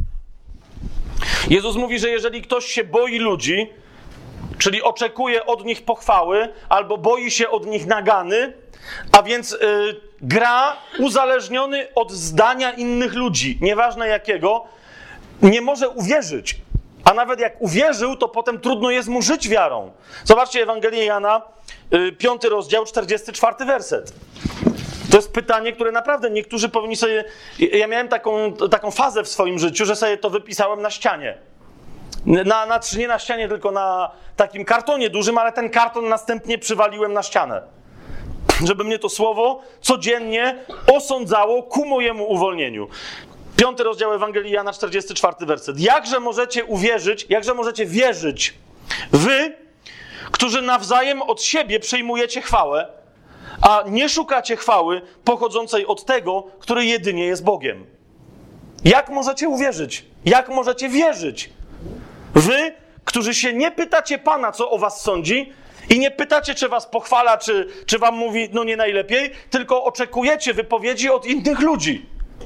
Jezus mówi, że jeżeli ktoś się boi ludzi, czyli oczekuje od nich pochwały, albo boi się od nich nagany, a więc yy, gra uzależniony od zdania innych ludzi, nieważne jakiego, nie może uwierzyć. A nawet jak uwierzył, to potem trudno jest mu żyć wiarą. Zobaczcie Ewangelię Jana, yy, piąty rozdział, czterdziesty czwarty werset. To jest pytanie, które naprawdę niektórzy powinni sobie... Ja miałem taką, taką fazę w swoim życiu, że sobie to wypisałem na ścianie. Na, na, nie na ścianie, tylko na takim kartonie dużym, ale ten karton następnie przywaliłem na ścianę. Żeby mnie to słowo codziennie osądzało ku mojemu uwolnieniu. Piąty rozdział Ewangelii Jana, czterdziesty czwarty werset. Jakże możecie uwierzyć, jakże możecie wierzyć, wy, którzy nawzajem od siebie przyjmujecie chwałę, a nie szukacie chwały pochodzącej od tego, który jedynie jest Bogiem. Jak możecie uwierzyć? Jak możecie wierzyć? Wy, którzy się nie pytacie Pana, co o was sądzi i nie pytacie, czy was pochwala, czy, czy wam mówi, no nie najlepiej, tylko oczekujecie wypowiedzi od innych ludzi.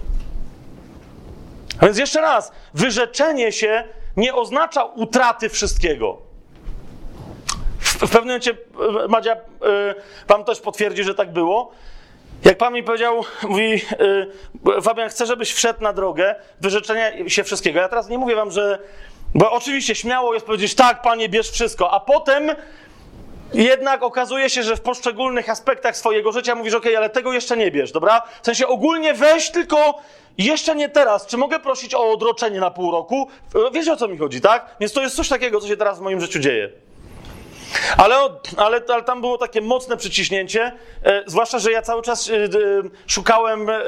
A więc jeszcze raz, wyrzeczenie się nie oznacza utraty wszystkiego. W, w pewnym momencie, Madzia, yy, Pan też potwierdzi, że tak było. Jak Pan mi powiedział, mówi, yy, Fabian, chcę, żebyś wszedł na drogę wyrzeczenia się wszystkiego. Ja teraz nie mówię wam, że... Bo oczywiście śmiało jest powiedzieć, tak, Panie, bierz wszystko, a potem jednak okazuje się, że w poszczególnych aspektach swojego życia mówisz, okej, ale tego jeszcze nie bierz, dobra? W sensie ogólnie weź, tylko jeszcze nie teraz. Czy mogę prosić o odroczenie na pół roku? Wiesz, o co mi chodzi, tak? Więc to jest coś takiego, co się teraz w moim życiu dzieje. Ale, ale, ale tam było takie mocne przyciśnięcie, e, zwłaszcza, że ja cały czas e, e, szukałem e,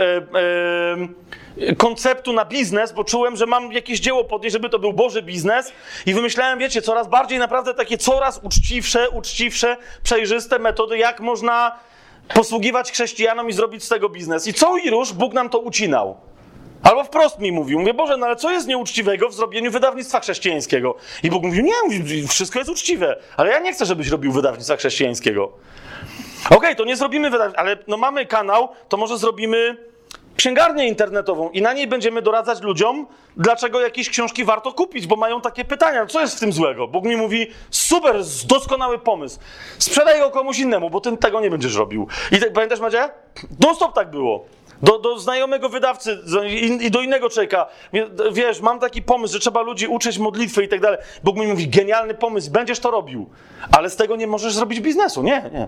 e, konceptu na biznes, bo czułem, że mam jakieś dzieło podnieść, żeby to był Boży biznes i wymyślałem, wiecie, coraz bardziej naprawdę takie coraz uczciwsze, uczciwsze, przejrzyste metody, jak można posługiwać chrześcijanom i zrobić z tego biznes. I co i róż Bóg nam to ucinał. Albo wprost mi mówił, mówię, Boże, no ale co jest nieuczciwego w zrobieniu wydawnictwa chrześcijańskiego? I Bóg mówił, nie, mówi, wszystko jest uczciwe, ale ja nie chcę, żebyś robił wydawnictwa chrześcijańskiego. Okej, okay, to nie zrobimy wydawnictwa, ale no mamy kanał, to może zrobimy księgarnię internetową i na niej będziemy doradzać ludziom, dlaczego jakieś książki warto kupić, bo mają takie pytania, co jest w tym złego? Bóg mi mówi, super, doskonały pomysł, sprzedaj go komuś innemu, bo ty tego nie będziesz robił. I te, pamiętasz, Madzia? Non stop tak było. Do, do znajomego wydawcy i do innego człowieka. Wiesz, mam taki pomysł, że trzeba ludzi uczyć modlitwy i tak dalej. Bóg mi mówi, genialny pomysł, będziesz to robił. Ale z tego nie możesz zrobić biznesu. Nie, nie.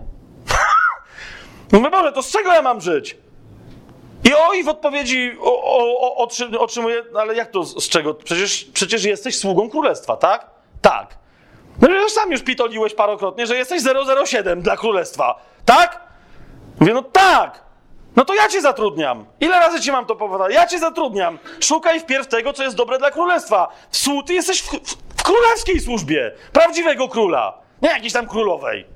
Mówię, Boże, to z czego ja mam żyć? I o, i w odpowiedzi o, o, o, otrzymuję, ale jak to z czego? Przecież, przecież jesteś sługą królestwa, tak? Tak. No już sam już pitoliłeś parokrotnie, że jesteś zero zero siedem dla królestwa. Tak? Mówię, no tak. No to ja cię zatrudniam. Ile razy ci mam to powiedzieć? Ja cię zatrudniam. Szukaj wpierw tego, co jest dobre dla królestwa. Ty jesteś w, w, w królewskiej służbie. Prawdziwego króla. Nie jakiejś tam królowej.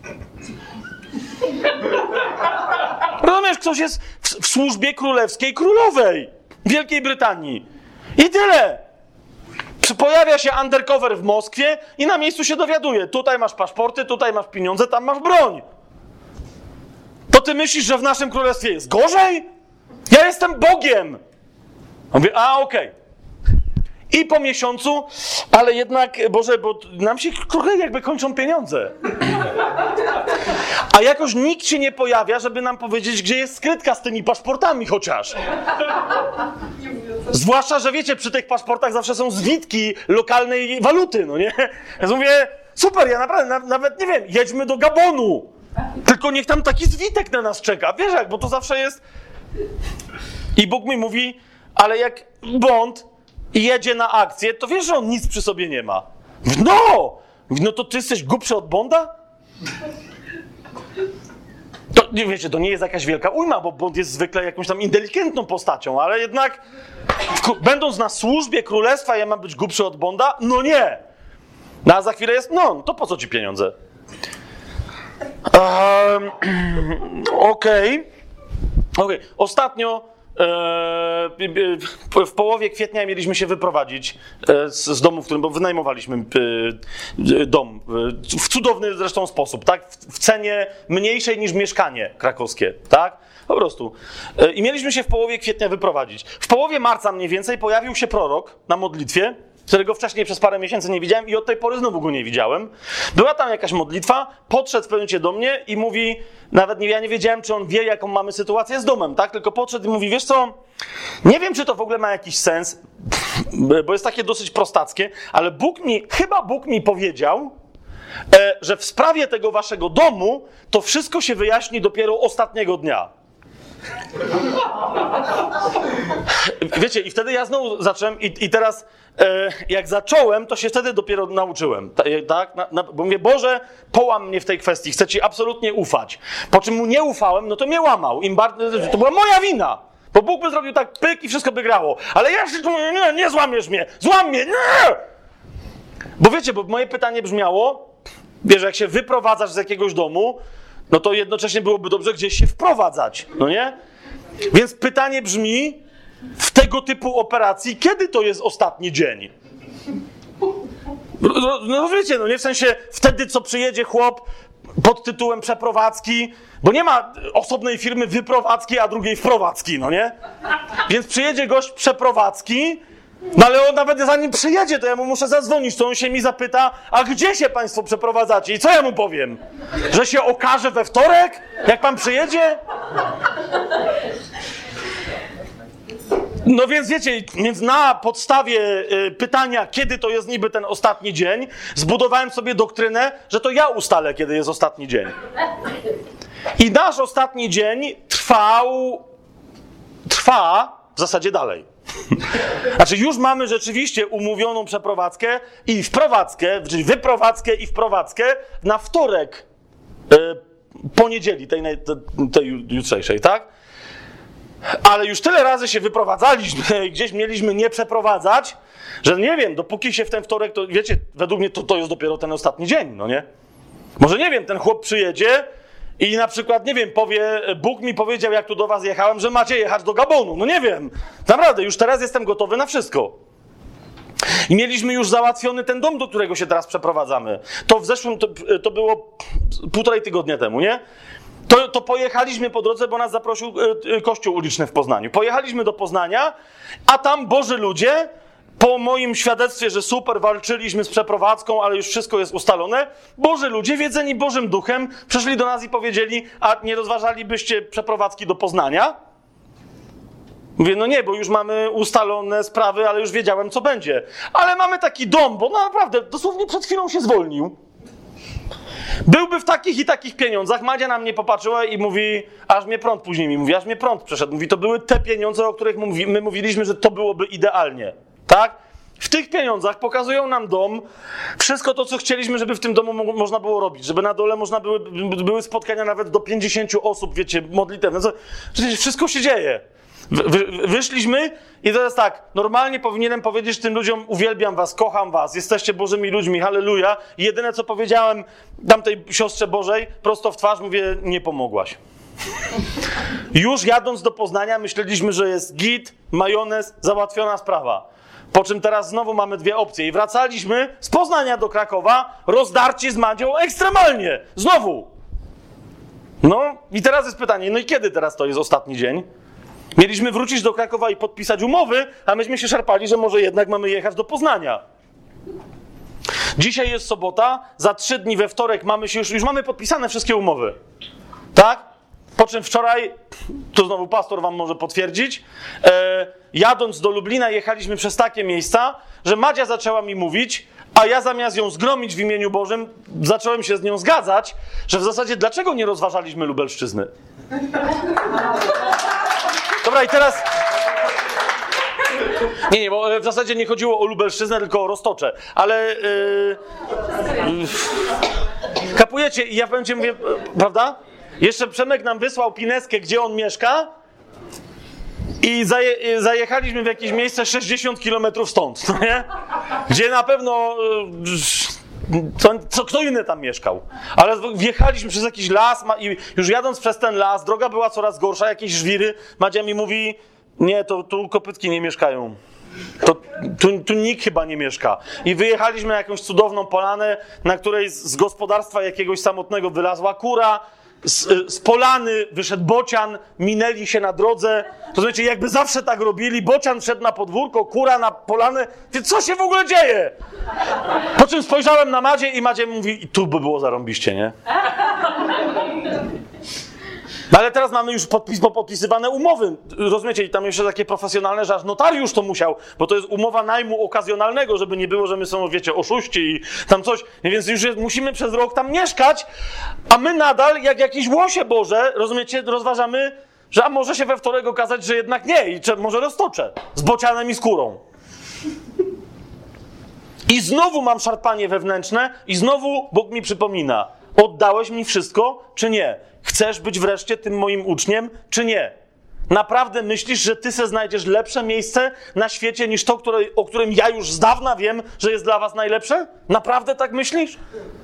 Rozumiesz, ktoś jest w, w służbie królewskiej królowej Wielkiej Brytanii. I tyle. pojawia się undercover w Moskwie i na miejscu się dowiaduje. Tutaj masz paszporty, tutaj masz pieniądze, tam masz broń. To ty myślisz, że w naszym królestwie jest gorzej? Ja jestem Bogiem. On mówi, a okej. Okay. I po miesiącu, ale jednak, Boże, bo nam się trochę jakby kończą pieniądze. A jakoś nikt się nie pojawia, żeby nam powiedzieć, gdzie jest skrytka z tymi paszportami chociaż. Zwłaszcza, że wiecie, przy tych paszportach zawsze są zwitki lokalnej waluty, no nie? Ja mówię, super, ja naprawdę, na, nawet nie wiem, jedźmy do Gabonu. Tylko niech tam taki zwitek na nas czeka. Wiesz jak, bo to zawsze jest... I Bóg mi mówi, ale jak Bond jedzie na akcję, to wiesz, że on nic przy sobie nie ma. No! No to ty jesteś głupszy od Bonda? To, wiecie, to nie jest jakaś wielka ujma, bo Bond jest zwykle jakąś tam inteligentną postacią, ale jednak w, będąc na służbie królestwa, ja mam być głupszy od Bonda? No nie! No a za chwilę jest, no, to po co ci pieniądze? Um, Okej. Okay. Okay. Ostatnio w połowie kwietnia mieliśmy się wyprowadzić z domu, w którym, bo wynajmowaliśmy dom w cudowny zresztą sposób, tak? W cenie mniejszej niż mieszkanie krakowskie, tak? Po prostu. I mieliśmy się w połowie kwietnia wyprowadzić. W połowie marca mniej więcej pojawił się prorok na modlitwie, którego wcześniej przez parę miesięcy nie widziałem i od tej pory znowu go nie widziałem. Była tam jakaś modlitwa, podszedł w pewnym momencie do mnie i mówi, nawet nie, ja nie wiedziałem, czy on wie, jaką mamy sytuację z domem, tak? Tylko podszedł i mówi, wiesz co, nie wiem, czy to w ogóle ma jakiś sens, bo jest takie dosyć prostackie, ale Bóg mi, chyba Bóg mi powiedział, że w sprawie tego waszego domu to wszystko się wyjaśni dopiero ostatniego dnia. Wiecie, i wtedy ja znowu zacząłem i, i teraz e, jak zacząłem, to się wtedy dopiero nauczyłem, tak? Na, na, bo mówię, Boże, połam mnie w tej kwestii, chcę ci absolutnie ufać. Po czym mu nie ufałem, no to mnie łamał. Im bardziej, to była moja wina, bo Bóg by zrobił tak pyk i wszystko by grało. Ale ja się tu, nie, nie złamiesz mnie, złam mnie, nie! Bo wiecie, bo moje pytanie brzmiało, wiesz, jak się wyprowadzasz z jakiegoś domu, no to jednocześnie byłoby dobrze gdzieś się wprowadzać, no nie? Więc pytanie brzmi, w tego typu operacji, kiedy to jest ostatni dzień? No, no wiecie, no nie w sensie wtedy, co przyjedzie chłop pod tytułem przeprowadzki, bo nie ma osobnej firmy wyprowadzki, a drugiej wprowadzki, no nie? Więc przyjedzie gość przeprowadzki, no ale on nawet zanim przyjedzie, to ja mu muszę zadzwonić, to on się mi zapyta, a gdzie się państwo przeprowadzacie? I co ja mu powiem? Że się okaże we wtorek, jak pan przyjedzie? No więc wiecie, więc na podstawie y, pytania, kiedy to jest niby ten ostatni dzień, zbudowałem sobie doktrynę, że to ja ustalę, kiedy jest ostatni dzień. I nasz ostatni dzień trwał, trwa w zasadzie dalej. Znaczy już mamy rzeczywiście umówioną przeprowadzkę i wprowadzkę, czyli wyprowadzkę i wprowadzkę na wtorek y, poniedzieli, tej, tej, tej jutrzejszej, tak? Ale już tyle razy się wyprowadzaliśmy i gdzieś mieliśmy nie przeprowadzać, że nie wiem, dopóki się w ten wtorek, to wiecie, według mnie to, to jest dopiero ten ostatni dzień, no nie? Może nie wiem, ten chłop przyjedzie i na przykład, nie wiem, powie, Bóg mi powiedział, jak tu do was jechałem, że macie jechać do Gabonu. No nie wiem, naprawdę, już teraz jestem gotowy na wszystko. I mieliśmy już załatwiony ten dom, do którego się teraz przeprowadzamy. To w zeszłym, to, to było półtorej tygodnia temu, nie? To, to pojechaliśmy po drodze, bo nas zaprosił y, kościół uliczny w Poznaniu. Pojechaliśmy do Poznania, a tam Boży ludzie, po moim świadectwie, że super, walczyliśmy z przeprowadzką, ale już wszystko jest ustalone, Boży ludzie, wiedzeni Bożym Duchem, przyszli do nas i powiedzieli, a nie rozważalibyście przeprowadzki do Poznania? Mówię, no nie, bo już mamy ustalone sprawy, ale już wiedziałem, co będzie. Ale mamy taki dom, bo no naprawdę, dosłownie przed chwilą się zwolnił. Byłby w takich i takich pieniądzach. Madzia na mnie popatrzyła i mówi, aż mnie prąd później mi mówi, aż mnie prąd przeszedł. Mówi, to były te pieniądze, o których mówi, my mówiliśmy, że to byłoby idealnie. Tak? W tych pieniądzach pokazują nam dom, wszystko to, co chcieliśmy, żeby w tym domu mo- można było robić. Żeby na dole można były, były spotkania nawet do pięćdziesięciu osób, wiecie, modlitewne. Przecież wszystko się dzieje. Wy, wyszliśmy i teraz tak, normalnie powinienem powiedzieć tym ludziom, uwielbiam was, kocham was, jesteście Bożymi ludźmi, halleluja. I jedyne, co powiedziałem tamtej siostrze Bożej, prosto w twarz, mówię, nie pomogłaś. Już jadąc do Poznania myśleliśmy, że jest git, majonez, załatwiona sprawa. Po czym teraz znowu mamy dwie opcje. I wracaliśmy z Poznania do Krakowa, rozdarci z Madzią ekstremalnie. Znowu. No i teraz jest pytanie, no i kiedy teraz to jest ostatni dzień? Mieliśmy wrócić do Krakowa i podpisać umowy, a myśmy się szarpali, że może jednak mamy jechać do Poznania. Dzisiaj jest sobota, za trzy dni we wtorek mamy się już, już mamy podpisane wszystkie umowy. Tak? Po czym wczoraj, to znowu pastor wam może potwierdzić, e, jadąc do Lublina jechaliśmy przez takie miejsca, że Madzia zaczęła mi mówić, a ja zamiast ją zgromić w imieniu Bożym, zacząłem się z nią zgadzać, że w zasadzie dlaczego nie rozważaliśmy Lubelszczyzny? Dobra, i teraz... Nie, nie, bo w zasadzie nie chodziło o Lubelszczyznę, tylko o Roztocze, ale... Yy, yy, kapujecie? I ja powiem ci, mówię, prawda? Jeszcze Przemek nam wysłał pineskę, gdzie on mieszka i zaje, zajechaliśmy w jakieś miejsce sześćdziesiąt kilometrów stąd, no nie? Gdzie na pewno... Yy, co, co, kto inny tam mieszkał? Ale wjechaliśmy przez jakiś las ma, i już jadąc przez ten las, droga była coraz gorsza, jakieś żwiry. Madzia mi mówi, nie, to tu kopytki nie mieszkają. To, tu, tu nikt chyba nie mieszka. I wyjechaliśmy na jakąś cudowną polanę, na której z, z gospodarstwa jakiegoś samotnego wylazła kura, z, z polany wyszedł bocian, minęli się na drodze. Rozumiecie, jakby zawsze tak robili, bocian wszedł na podwórko, kura na polanę. Wie, co się w ogóle dzieje? Po czym spojrzałem na Madzię i Madzia mówi, i tu by było zarąbiście, nie? No ale teraz mamy już podpis, podpisywane umowy, rozumiecie, i tam jeszcze takie profesjonalne, że aż notariusz to musiał, bo to jest umowa najmu okazjonalnego, żeby nie było, że my są, wiecie, oszuści i tam coś, więc już jest, musimy przez rok tam mieszkać, a my nadal, jak jakieś łosie Boże, rozumiecie, rozważamy, że a może się we wtorek okazać, że jednak nie i czy, może Roztocze, z bocianem i skórą. I znowu mam szarpanie wewnętrzne i znowu Bóg mi przypomina, oddałeś mi wszystko, czy nie? Chcesz być wreszcie tym moim uczniem, czy nie? Naprawdę myślisz, że ty se znajdziesz lepsze miejsce na świecie niż to, które, o którym ja już z dawna wiem, że jest dla was najlepsze? Naprawdę tak myślisz?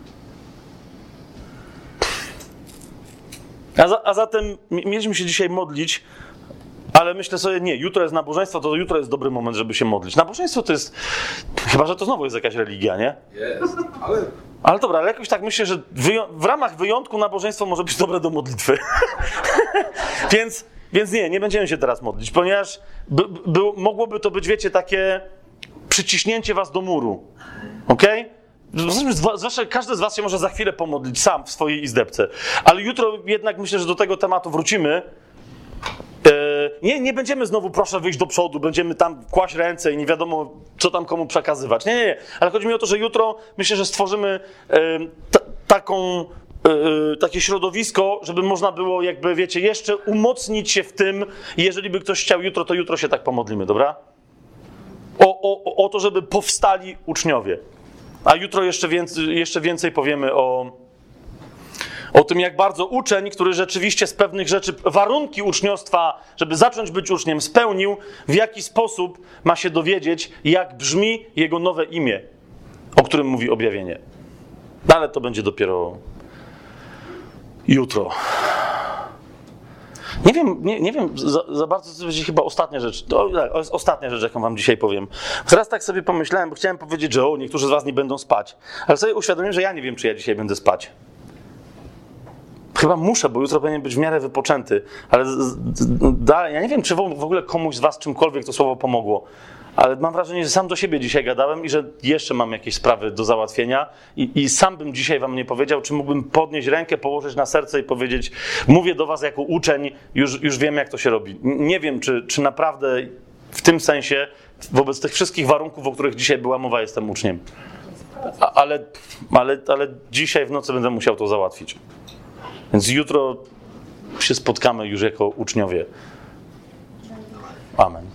A, za, a zatem mieliśmy się dzisiaj modlić, ale myślę sobie, nie, jutro jest nabożeństwo, to jutro jest dobry moment, żeby się modlić. Nabożeństwo to jest, chyba że to znowu jest jakaś religia, nie? Jest, ale... Ale dobra, ale jakoś tak myślę, że wyją- w ramach wyjątku nabożeństwo może być dobre do modlitwy. więc, więc nie, nie będziemy się teraz modlić, ponieważ by, by, mogłoby to być, wiecie, takie przyciśnięcie was do muru. Okej? Okay? Zwłaszcza każdy z was się może za chwilę pomodlić sam w swojej izdebce. Ale jutro jednak myślę, że do tego tematu wrócimy. Nie, nie będziemy znowu, proszę, wyjść do przodu, będziemy tam kłaść ręce i nie wiadomo, co tam komu przekazywać. Nie, nie, nie. Ale chodzi mi o to, że jutro myślę, że stworzymy e, t- taką, e, takie środowisko, żeby można było jakby, wiecie, jeszcze umocnić się w tym. Jeżeli by ktoś chciał jutro, to jutro się tak pomodlimy, dobra? O, o, o to, żeby powstali uczniowie. A jutro jeszcze więcej, jeszcze więcej powiemy o... O tym, jak bardzo uczeń, który rzeczywiście z pewnych rzeczy, warunki uczniostwa, żeby zacząć być uczniem, spełnił, w jaki sposób ma się dowiedzieć, jak brzmi jego nowe imię, o którym mówi objawienie. No, ale to będzie dopiero jutro. Nie wiem, nie, nie wiem za, za bardzo, to będzie chyba ostatnia rzecz. To jest ostatnia rzecz, jaką wam dzisiaj powiem. Teraz tak sobie pomyślałem, bo chciałem powiedzieć, że o, niektórzy z was nie będą spać. Ale sobie uświadomiłem, że ja nie wiem, czy ja dzisiaj będę spać. Chyba muszę, bo jutro powinien być w miarę wypoczęty, ale dalej, ja nie wiem, czy w ogóle komuś z was czymkolwiek to słowo pomogło, ale mam wrażenie, że sam do siebie dzisiaj gadałem i że jeszcze mam jakieś sprawy do załatwienia i, i sam bym dzisiaj wam nie powiedział, czy mógłbym podnieść rękę, położyć na serce i powiedzieć, mówię do was jako uczeń, już, już wiem, jak to się robi. Nie wiem, czy, czy naprawdę w tym sensie, wobec tych wszystkich warunków, o których dzisiaj była mowa, jestem uczniem. A, ale, ale, ale dzisiaj w nocy będę musiał to załatwić. Więc jutro się spotkamy już jako uczniowie. Amen.